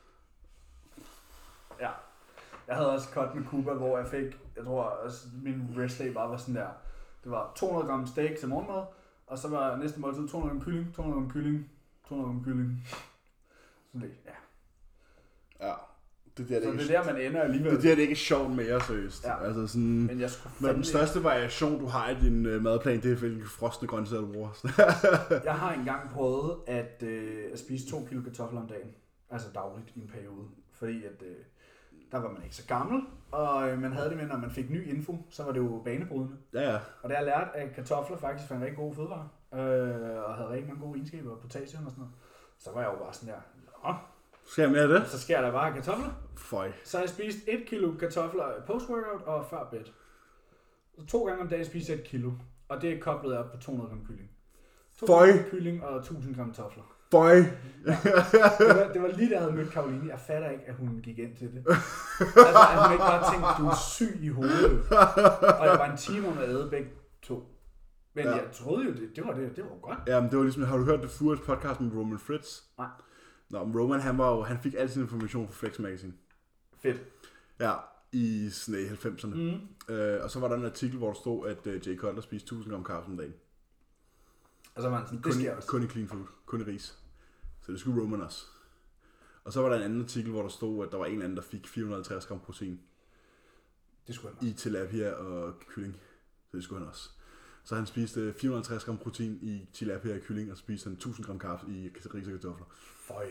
Ja. Jeg havde også cut med Cuba, hvor jeg fik, jeg tror, altså, min rest day bare var sådan der. Det var to hundrede gram steak til morgenmad, og så var næste måltid to hundrede gram kylling, to hundrede gram kylling, to hundrede gram kylling. Sådan det, ja. Ja. Det der, det så ikke, det er der, man ender alligevel. Det der, det er ikke sjovt mere, seriøst. Ja. Altså sådan, men jeg skulle men den største variation, du har i din uh, madplan, det er hvilke frosne grøntsager, du bruger. Jeg har engang prøvet at, øh, at spise to kilo kartofler om dagen. Altså dagligt i en periode. Fordi at, øh, der var man ikke så gammel, og øh, man havde det med, når man fik ny info, så var det jo banebrydende. Ja, ja. Og da jeg lærte, at kartofler faktisk var en rigtig god fødevare, øh, og havde rigtig mange gode egenskaber, potassium og sådan noget, så var jeg jo bare sådan der, nå, skal jeg med det? Så sker der bare kartofler. Føj. Så har jeg spist et kilo kartofler post-workout og før bed. Så to gange om dagen spiser jeg et kilo, og det er koblet op på to hundrede gram kylling. to hundrede gram kylling og tusind gram kartofler. Føj. Ja. Det, var, det var lige da jeg havde mødt Karoline. Jeg fatter ikke, at hun gik ind til det. Altså, at hun ikke bare tænkte, du er syg i hovedet. Og jeg var en time om at æde begge to. Men ja. Jeg troede jo, det, det var det, det var jo godt. Ja, men det var ligesom, har du hørt The Furious podcast med Roman Fritz? Nej. Nå, men Roman, han var jo, han fik al sin information fra Flex Magazine. Fedt. Ja, i sådan halvfemserne. Mm. Øh, og så var der en artikel, hvor der stod, at uh, Jay Cutler spiste tusind gram kaffe om dagen. Og så var han sådan, det kun, sker også. Kun i clean food, kun i ris. Så det skulle Roman også. Og så var der en anden artikel, hvor der stod, at der var en eller anden, der fik fire hundrede og halvtreds gram protein. Det skulle han også. I tilapia og kylling. Så det skulle han også. Så han spiste fire hundrede og halvtreds gram protein i tilapia og kylling, og spiste han tusind gram kaffe i ris og kartofler. Føj.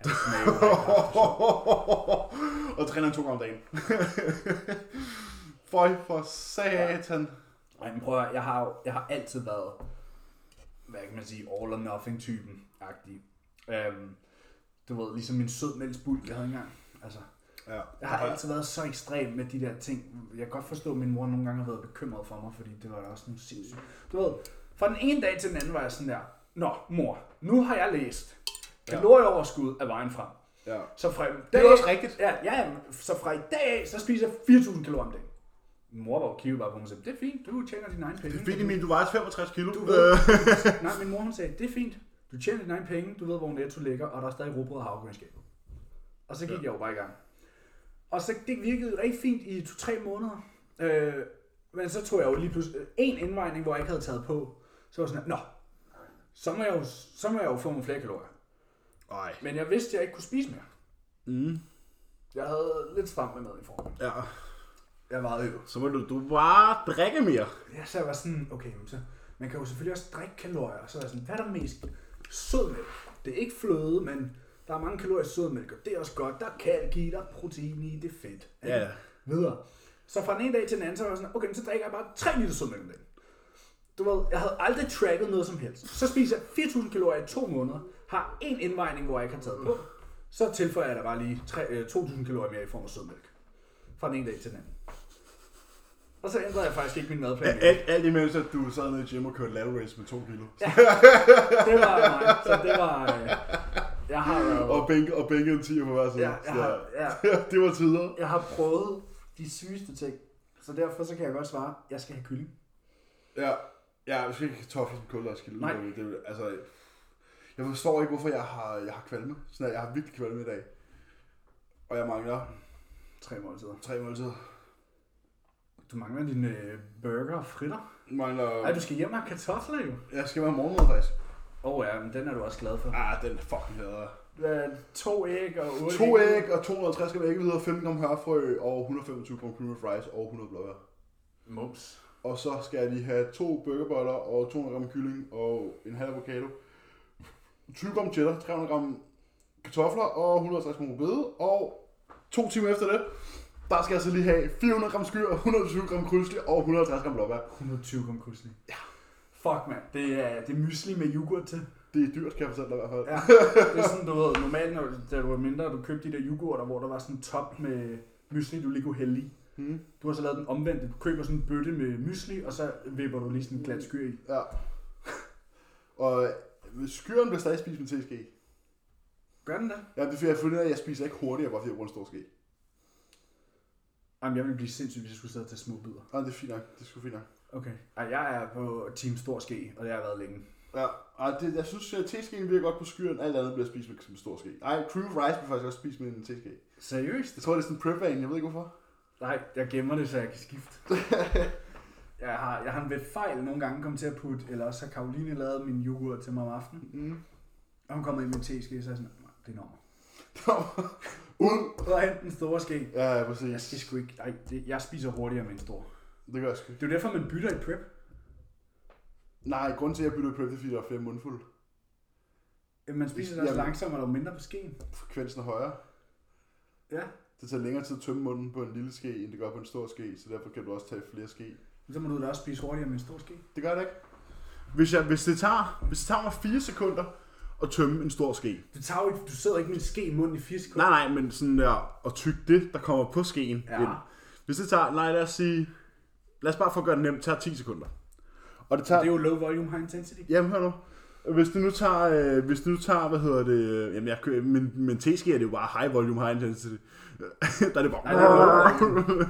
Og træner han to gange om dagen. Føj for satan. Nej, men prøv at, jeg har, jeg har altid været, hvad kan man sige, all or nothing typen agtig. Um, du ved, ligesom min sødmælksbulk, jeg havde engang. Altså, ja. Jeg har altid været så ekstrem med de der ting. Jeg kan godt forstå, at min mor nogle gange har været bekymret for mig, fordi det var også nogle sindssygt. Du ved, fra den ene dag til den anden var jeg sådan der, nå mor, nu har jeg læst kalorieoverskud af vejen frem. Ja. Så fra det er også rigtigt. Ja, ja, så fra i dag så spiser jeg fire tusind kalorier om dagen. Min mor var jo kigget bare på mig og sagde, det er fint, du tjener dine egne penge. Det er fint, min, du vejer femogtres kilo. Du ved, nej, min mor hun sagde, det er fint, du tjener dine egne penge, du ved, hvor Netto ligger, og der er stadig rugbrød og havregryn i skabet. Og så gik ja. jeg jo bare i gang. Og så det virkede rigtig fint i to-tre måneder. Øh, men så tog jeg jo lige pludselig en indvejning, hvor jeg ikke havde taget på. Så var sådan, nå, så må jeg jo, så må jeg jo få nogle flere kalorier. Ej. Men jeg vidste, at jeg ikke kunne spise mere. Mm. Jeg havde lidt stramt med mad i formen. Ja. Jeg vejede jo. Så må du, du bare drikke mere. Ja, så jeg var sådan, okay, så man kan jo selvfølgelig også drikke kalorier. Så var jeg sådan, hvad er der mest? Sødmælk. Det er ikke fløde, men der er mange kalorier i sødmælk, og det er også godt. Der er kalk i, der er protein i, det er fedt. Ja. ja. Videre. Så fra den ene dag til den anden, så var jeg sådan, okay, så drikker jeg bare tre liter sødmælk om dagen. Du ved, jeg havde aldrig tracket noget som helst. Så spiser jeg fire tusind kalorier i to måneder, har en indvejning, hvor jeg ikke har taget på. Så tilføjer jeg der bare lige to tusind kalorier mere i form af sødmælk. Fra den ene dag til den anden. Og så ændrede jeg faktisk ikke min madplan. Alt, alt imens, at du sad nede i gym og kørte lateral race med to kilo. Ja, det var mig. Så det var... Øh, jeg har været... Og bænke, og bænke en tiger på hver side. Ja, jeg har, ja. Det var tider. Jeg har prøvet de sygeste ting. Så derfor så kan jeg godt svare, jeg skal have kylling. Ja, ja, jeg skal ikke kartofler som kulder og skille. Nej. Det, altså, Jeg forstår ikke, hvorfor jeg har, jeg har kvalme. Sådan, jeg har virkelig kvalme i dag. Og jeg mangler... Tre måltider. Tre måltider. Du mangler dine øh, burger og fritter. Jeg mangler... Ej, du skal hjem og have kartofler jo. Jeg skal være morgenmad, faktisk. Åh oh, ja, men den er du også glad for. Ah, den er fucking bedre. To æg og otte To æg og to hundrede og halvtreds gram æggehvide, femten gram hørfrø og et hundrede og femogtyve gram cream of rice og hundrede blåbær. Mums. Og så skal jeg lige have to burgerboller og to hundrede gram kylling og en halv avocado. tyve gram cheddar, tre hundrede gram kartofler og et hundrede og halvtreds gram rødbede. Og to timer efter det, der skal jeg så lige have fire hundrede gram skyr, et hundrede og tyve gram krydsli og et hundrede og halvtreds gram blåbær. et hundrede og tyve gram krydsli. Ja. Fuck mand, det er, det er mysli med yoghurt til. Det er dyrt, kan jeg fortælle dig i hvert fald. Ja, det er sådan, du ved, normalt, når, da du var mindre, du købte de der yoghurter, hvor der var sådan en top med mysli, du lige kunne hælde i. Mm. Du har så lavet den omvendte. Du køber sådan en bøtte med mysli, og så vipper du lige sådan en glat skyr i. Ja. Og skyren bliver stadig spist med teske. Gør den det? Ja, det er fordi, jeg har fundet ud af, at jeg spiser ikke hurtigere, bare fordi jeg bruger en stor ske. Jamen, jeg ville blive sindssyg, hvis jeg skulle sidde og tage små bidder. Nej, det er fint nok. Det er sgu fint nok. Okay. Ej, jeg er på team stor ske, og det har jeg været længe. Ja, ej, det, jeg synes, at teskeen virker godt på skyren. Alt andet bliver spist med en stor ske. Ej, cream of rice bliver faktisk også spist med en teske. Seriøst? Jeg tror, det er sådan en prep-vane. Jeg ved ikke hvorfor. Nej, jeg gemmer det, så jeg kan skifte. jeg, har, jeg har ved fejl nogle gange kommet til at putte, eller også har Karoline lavet min yoghurt til mig om aftenen. Mm. Og hun kommer ind med en teske, så er jeg sådan, det er nummer. Ud og hente den store ske. Ja, ja, præcis. Jeg skal sgu ikke, ej, det, jeg spiser hurtigere med en stor. Det gør jeg sgu. Det er jo derfor, man bytter i prep. Nej, grunden til, at jeg bytter i prep, det er, fordi der er flere mundfulde. Man spiser det også langsommere og mindre på skeen. Frekvensen er højere. Ja. Det tager længere tid at tømme munden på en lille ske, end det gør på en stor ske, så derfor kan du også tage flere ske. Så må du da også spise hurtigere med en stor ske. Det gør det ikke. Hvis, jeg, hvis, det, tager, hvis det tager mig fire sekunder at tømme en stor ske. Du, tager ikke, du sidder ikke med en ske i munden i fire sekunder. Nej, nej, men sådan der, at tygge det, der kommer på skeen ja. ind. Hvis det tager, nej lad os sige, lad os bare få at gøre det nemt, det tager ti sekunder. Og det, tager, det er jo low volume, high intensity. Jamen hør nu. Hvis det nu tager, øh, hvis det nu tager, hvad hedder det, jamen jeg kører, men, men teske er det jo bare high volume, high intensity. Der er det bare... Nej, det er low volume.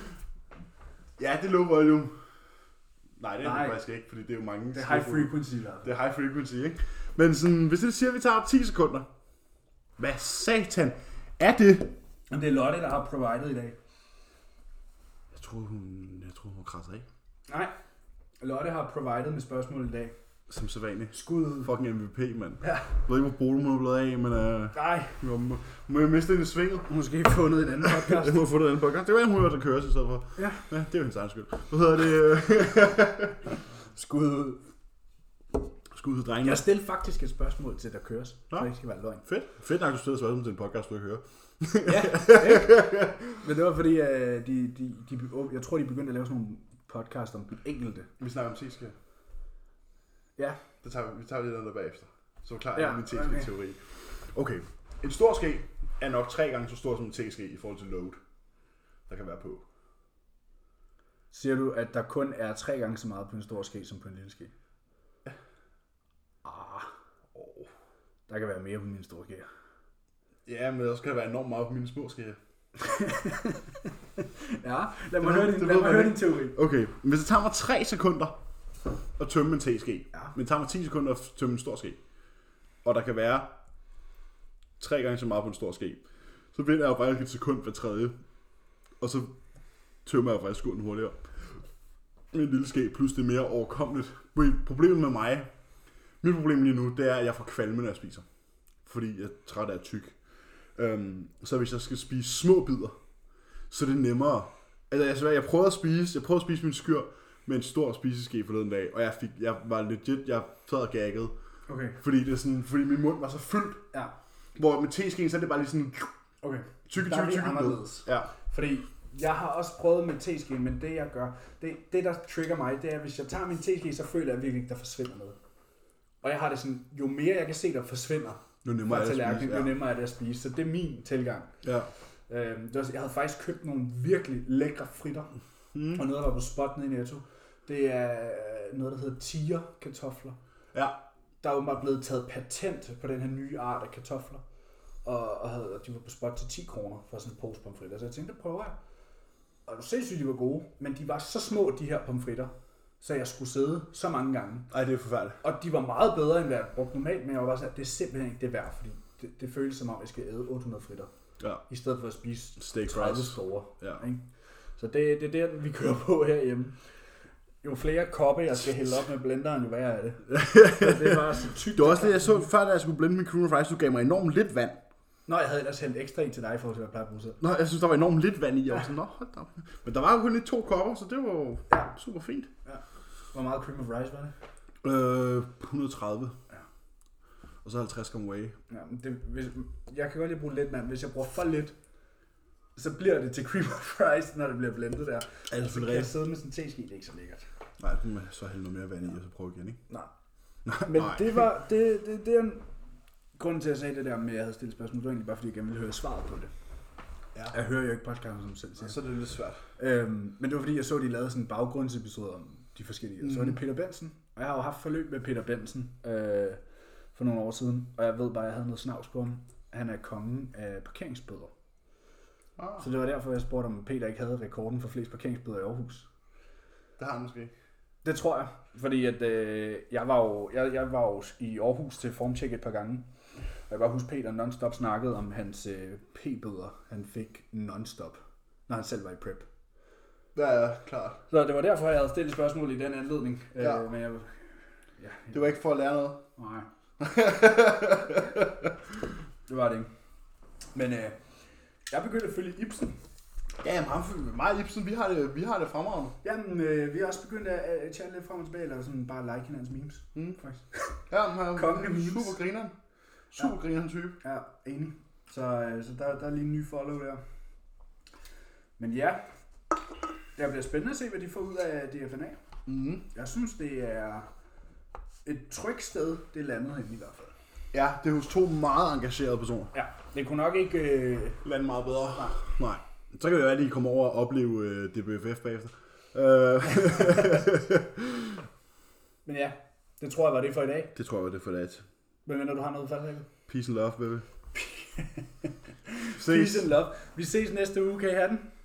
Ja, det er low volume. Nej, det er Nej. det faktisk ikke, fordi det er jo mange... Det er high frequency. Der. Det er high frequency, ikke? Men sådan, hvis det siger, at vi tager ti sekunder. Hvad satan er det? Og det er Lotte, der har provided i dag. Jeg troede, hun, jeg troede, hun var krasser, ikke? Nej. Lotte har provided med spørgsmål i dag. Som så vanligt. Skud. Fucking M V P, mand. Ja. Jeg ved ikke, hvor Bolo må have blevet af, men... Uh, Nej. Må, må jeg miste den i svinget? Måske fundet en anden podcast. Jeg må have fundet en anden podcast. Det var en, hun hørte, der køres i stedet for. Ja. Ja, det er jo hendes egen skyld. Hvad hedder det? Skud ud. Skud ud, drengene. Jeg stillede faktisk et spørgsmål til, der køres. Nå. Så det ikke skal være løgn. Fedt. Fedt nok, du stillede spørgsmål til en podcast, du ikke hører. Ja. Men det var fordi, uh, de, de, de, jeg tror, de begyndte at lave sådan nogle podcast om den enkelte. Vi snakker om teske. Ja. Det tager vi, vi tager lidt andet bagefter. Så forklarer ja, jeg min teske-teori. Okay. okay. En stor ske er nok tre gange så stor som en teske i forhold til load, der kan være på. Siger du, at der kun er tre gange så meget på en stor ske som på en lille ske? Ja. Ah. Oh. Der kan være mere på min store ske. Ja, men der skal være enormt meget på mine små ske. Ja, lad mig høre din, lad mig høre din teori. Okay, hvis det tager mig tre sekunder at tømme en teske, ja. men det tager mig ti sekunder at tømme en stor ske, og der kan være tre gange så meget på en stor ske, så vinder jeg jo faktisk et sekund hver tredje, og så tømmer jeg faktisk skålen hurtigere. Med en lille ske, plus det er mere overkommeligt. Problemet med mig, mit problem lige nu, det er, at jeg får kvalme, når jeg spiser. Fordi jeg er træt af at tyk. Um, så hvis jeg skal spise små bidder, så er det nemmere. Altså, jeg, jeg prøvede at spise, jeg prøvede at spise min skyr med en stor spiseske forleden dag, og jeg fik, jeg var legit, jeg sad og gaggede. Okay. Fordi det er sådan, fordi min mund var så fyldt. Ja. Hvor med teskeen, så er det bare lige sådan, okay. tykke, tykke, tykke ned. Ja. Fordi jeg har også prøvet med teskeen, men det jeg gør, det, det der trigger mig, det er, hvis jeg tager min teske, så føler jeg virkelig, at der forsvinder noget. Og jeg har det sådan, jo mere jeg kan se, der forsvinder, jo nemmere, fra er, spise, ja. jo nemmere er det at spise. Så det er min tilgang. Ja. Øhm, det var, jeg havde faktisk købt nogle virkelig lækre fritter, mm. og noget, der var på spot nede i Netto. Det er noget, der hedder tiger-kartofler. Ja. Der er jo bare blevet taget patent på den her nye art af kartofler. Og, og havde, de var på spot til ti kroner for sådan en pose pomfritter. Så jeg tænkte, det prøver jeg. Og du sindssygt, de var gode, men de var så små, de her pomfritter. så jeg skulle sidde så mange gange. Ej, det er forfærdeligt. Og de var meget bedre, end hvad jeg brugte normalt, men jeg var bare sådan, at det er simpelthen ikke det værd, fordi det, det føles som om, jeg skal æde otte hundrede fritter. Ja. I stedet for at spise steak tredive fries. store. Ja. Ikke? Så det, det er det, vi kører på herhjemme. Jo flere kopper, jeg skal hælde op med blenderen, jo værre er det. Det er bare så tykt. Det var også det, jeg så før, da jeg skulle blende min cream of rice, du gav mig enormt lidt vand. Nå, jeg havde ellers hældt ekstra i til dig, for at jeg plejer at bruge selv. Nå, jeg synes, der var enormt lidt vand i. Jeg var sådan, nå, hold da op. Men der var jo kun lige to kopper, så det var jo ja. super fint. Ja. Hvor meget cream of rice var det? Øh, et hundrede og tredive. Ja. Og så halvtreds gram whey. Ja, men det, hvis, jeg kan godt lide at bruge lidt, mand. Hvis jeg bruger for lidt, så bliver det til cream of rice, når det bliver blendet der. Ja, det så kan jeg sidde med sådan en teski, det er ikke så lækkert. Nej, det må så hælde noget mere vand i, og så prøve igen, ikke? Nej. Men Nej. det var, det, det, det er en grund til, at jeg sagde det der med, at jeg havde stillet spørgsmål. Det var egentlig bare, fordi jeg gerne ville høre svaret på det. Ja. Jeg hører jo ikke podcasten, som selv siger. Så er det lidt svært. Øhm, men det var fordi, jeg så, at de lavede sådan en baggrundsepisode om de forskellige. Mm. Så var det Peter Benson. Og jeg har jo haft forløb med Peter Benson øh, for nogle år siden. Og jeg ved bare, at jeg havde noget snavs på ham. Han er kongen af parkeringsbøder. Ah. Så det var derfor, jeg spurgte, om Peter ikke havde rekorden for flest parkeringsbøder i Aarhus. Det har han måske. Det tror jeg. Fordi at, øh, jeg, var jo, jeg, jeg var jo i Aarhus til formtjek et par gange. Og jeg bare huske, Peter non-stop snakkede om hans øh, p-bøder, han fik non-stop, når han selv var i prep. Ja, ja, klart. Så det var derfor, jeg havde stillet spørgsmål i den anledning. Ja. Øh, men jeg, ja, det var ikke for at lære noget? Nej. Det var det ikke. Men øh, jeg begyndte at følge Ibsen. Ja, jamen, mig og Ibsen, vi har det, vi har det fremragende. Jamen, øh, vi har også begyndt at, at chatte lidt frem og tilbage, eller sådan bare like hinandens memes. Mm. Faktisk. Ja, men han Kongen af memes. Super grineren. Super ja. Grineren type. Ja, enig. Så, øh, så der, der er lige en ny follow der. Men ja, det bliver spændende at se, hvad de får ud af D F N A. Mm. Jeg synes, det er et trygt sted, det er landet hen i hvert fald. Ja, det er hos to meget engagerede personer. Ja, det kunne nok ikke øh... lande meget bedre. Nej. Nej. Så kan det jo være, at I kommer over og opleve øh, D B F F bagefter. Øh. Men ja, det tror jeg var det for i dag. Det tror jeg var det for i dag. Men når du har noget fast, Peace and love, baby. Peace and love. Vi ses næste uge, kan I have den?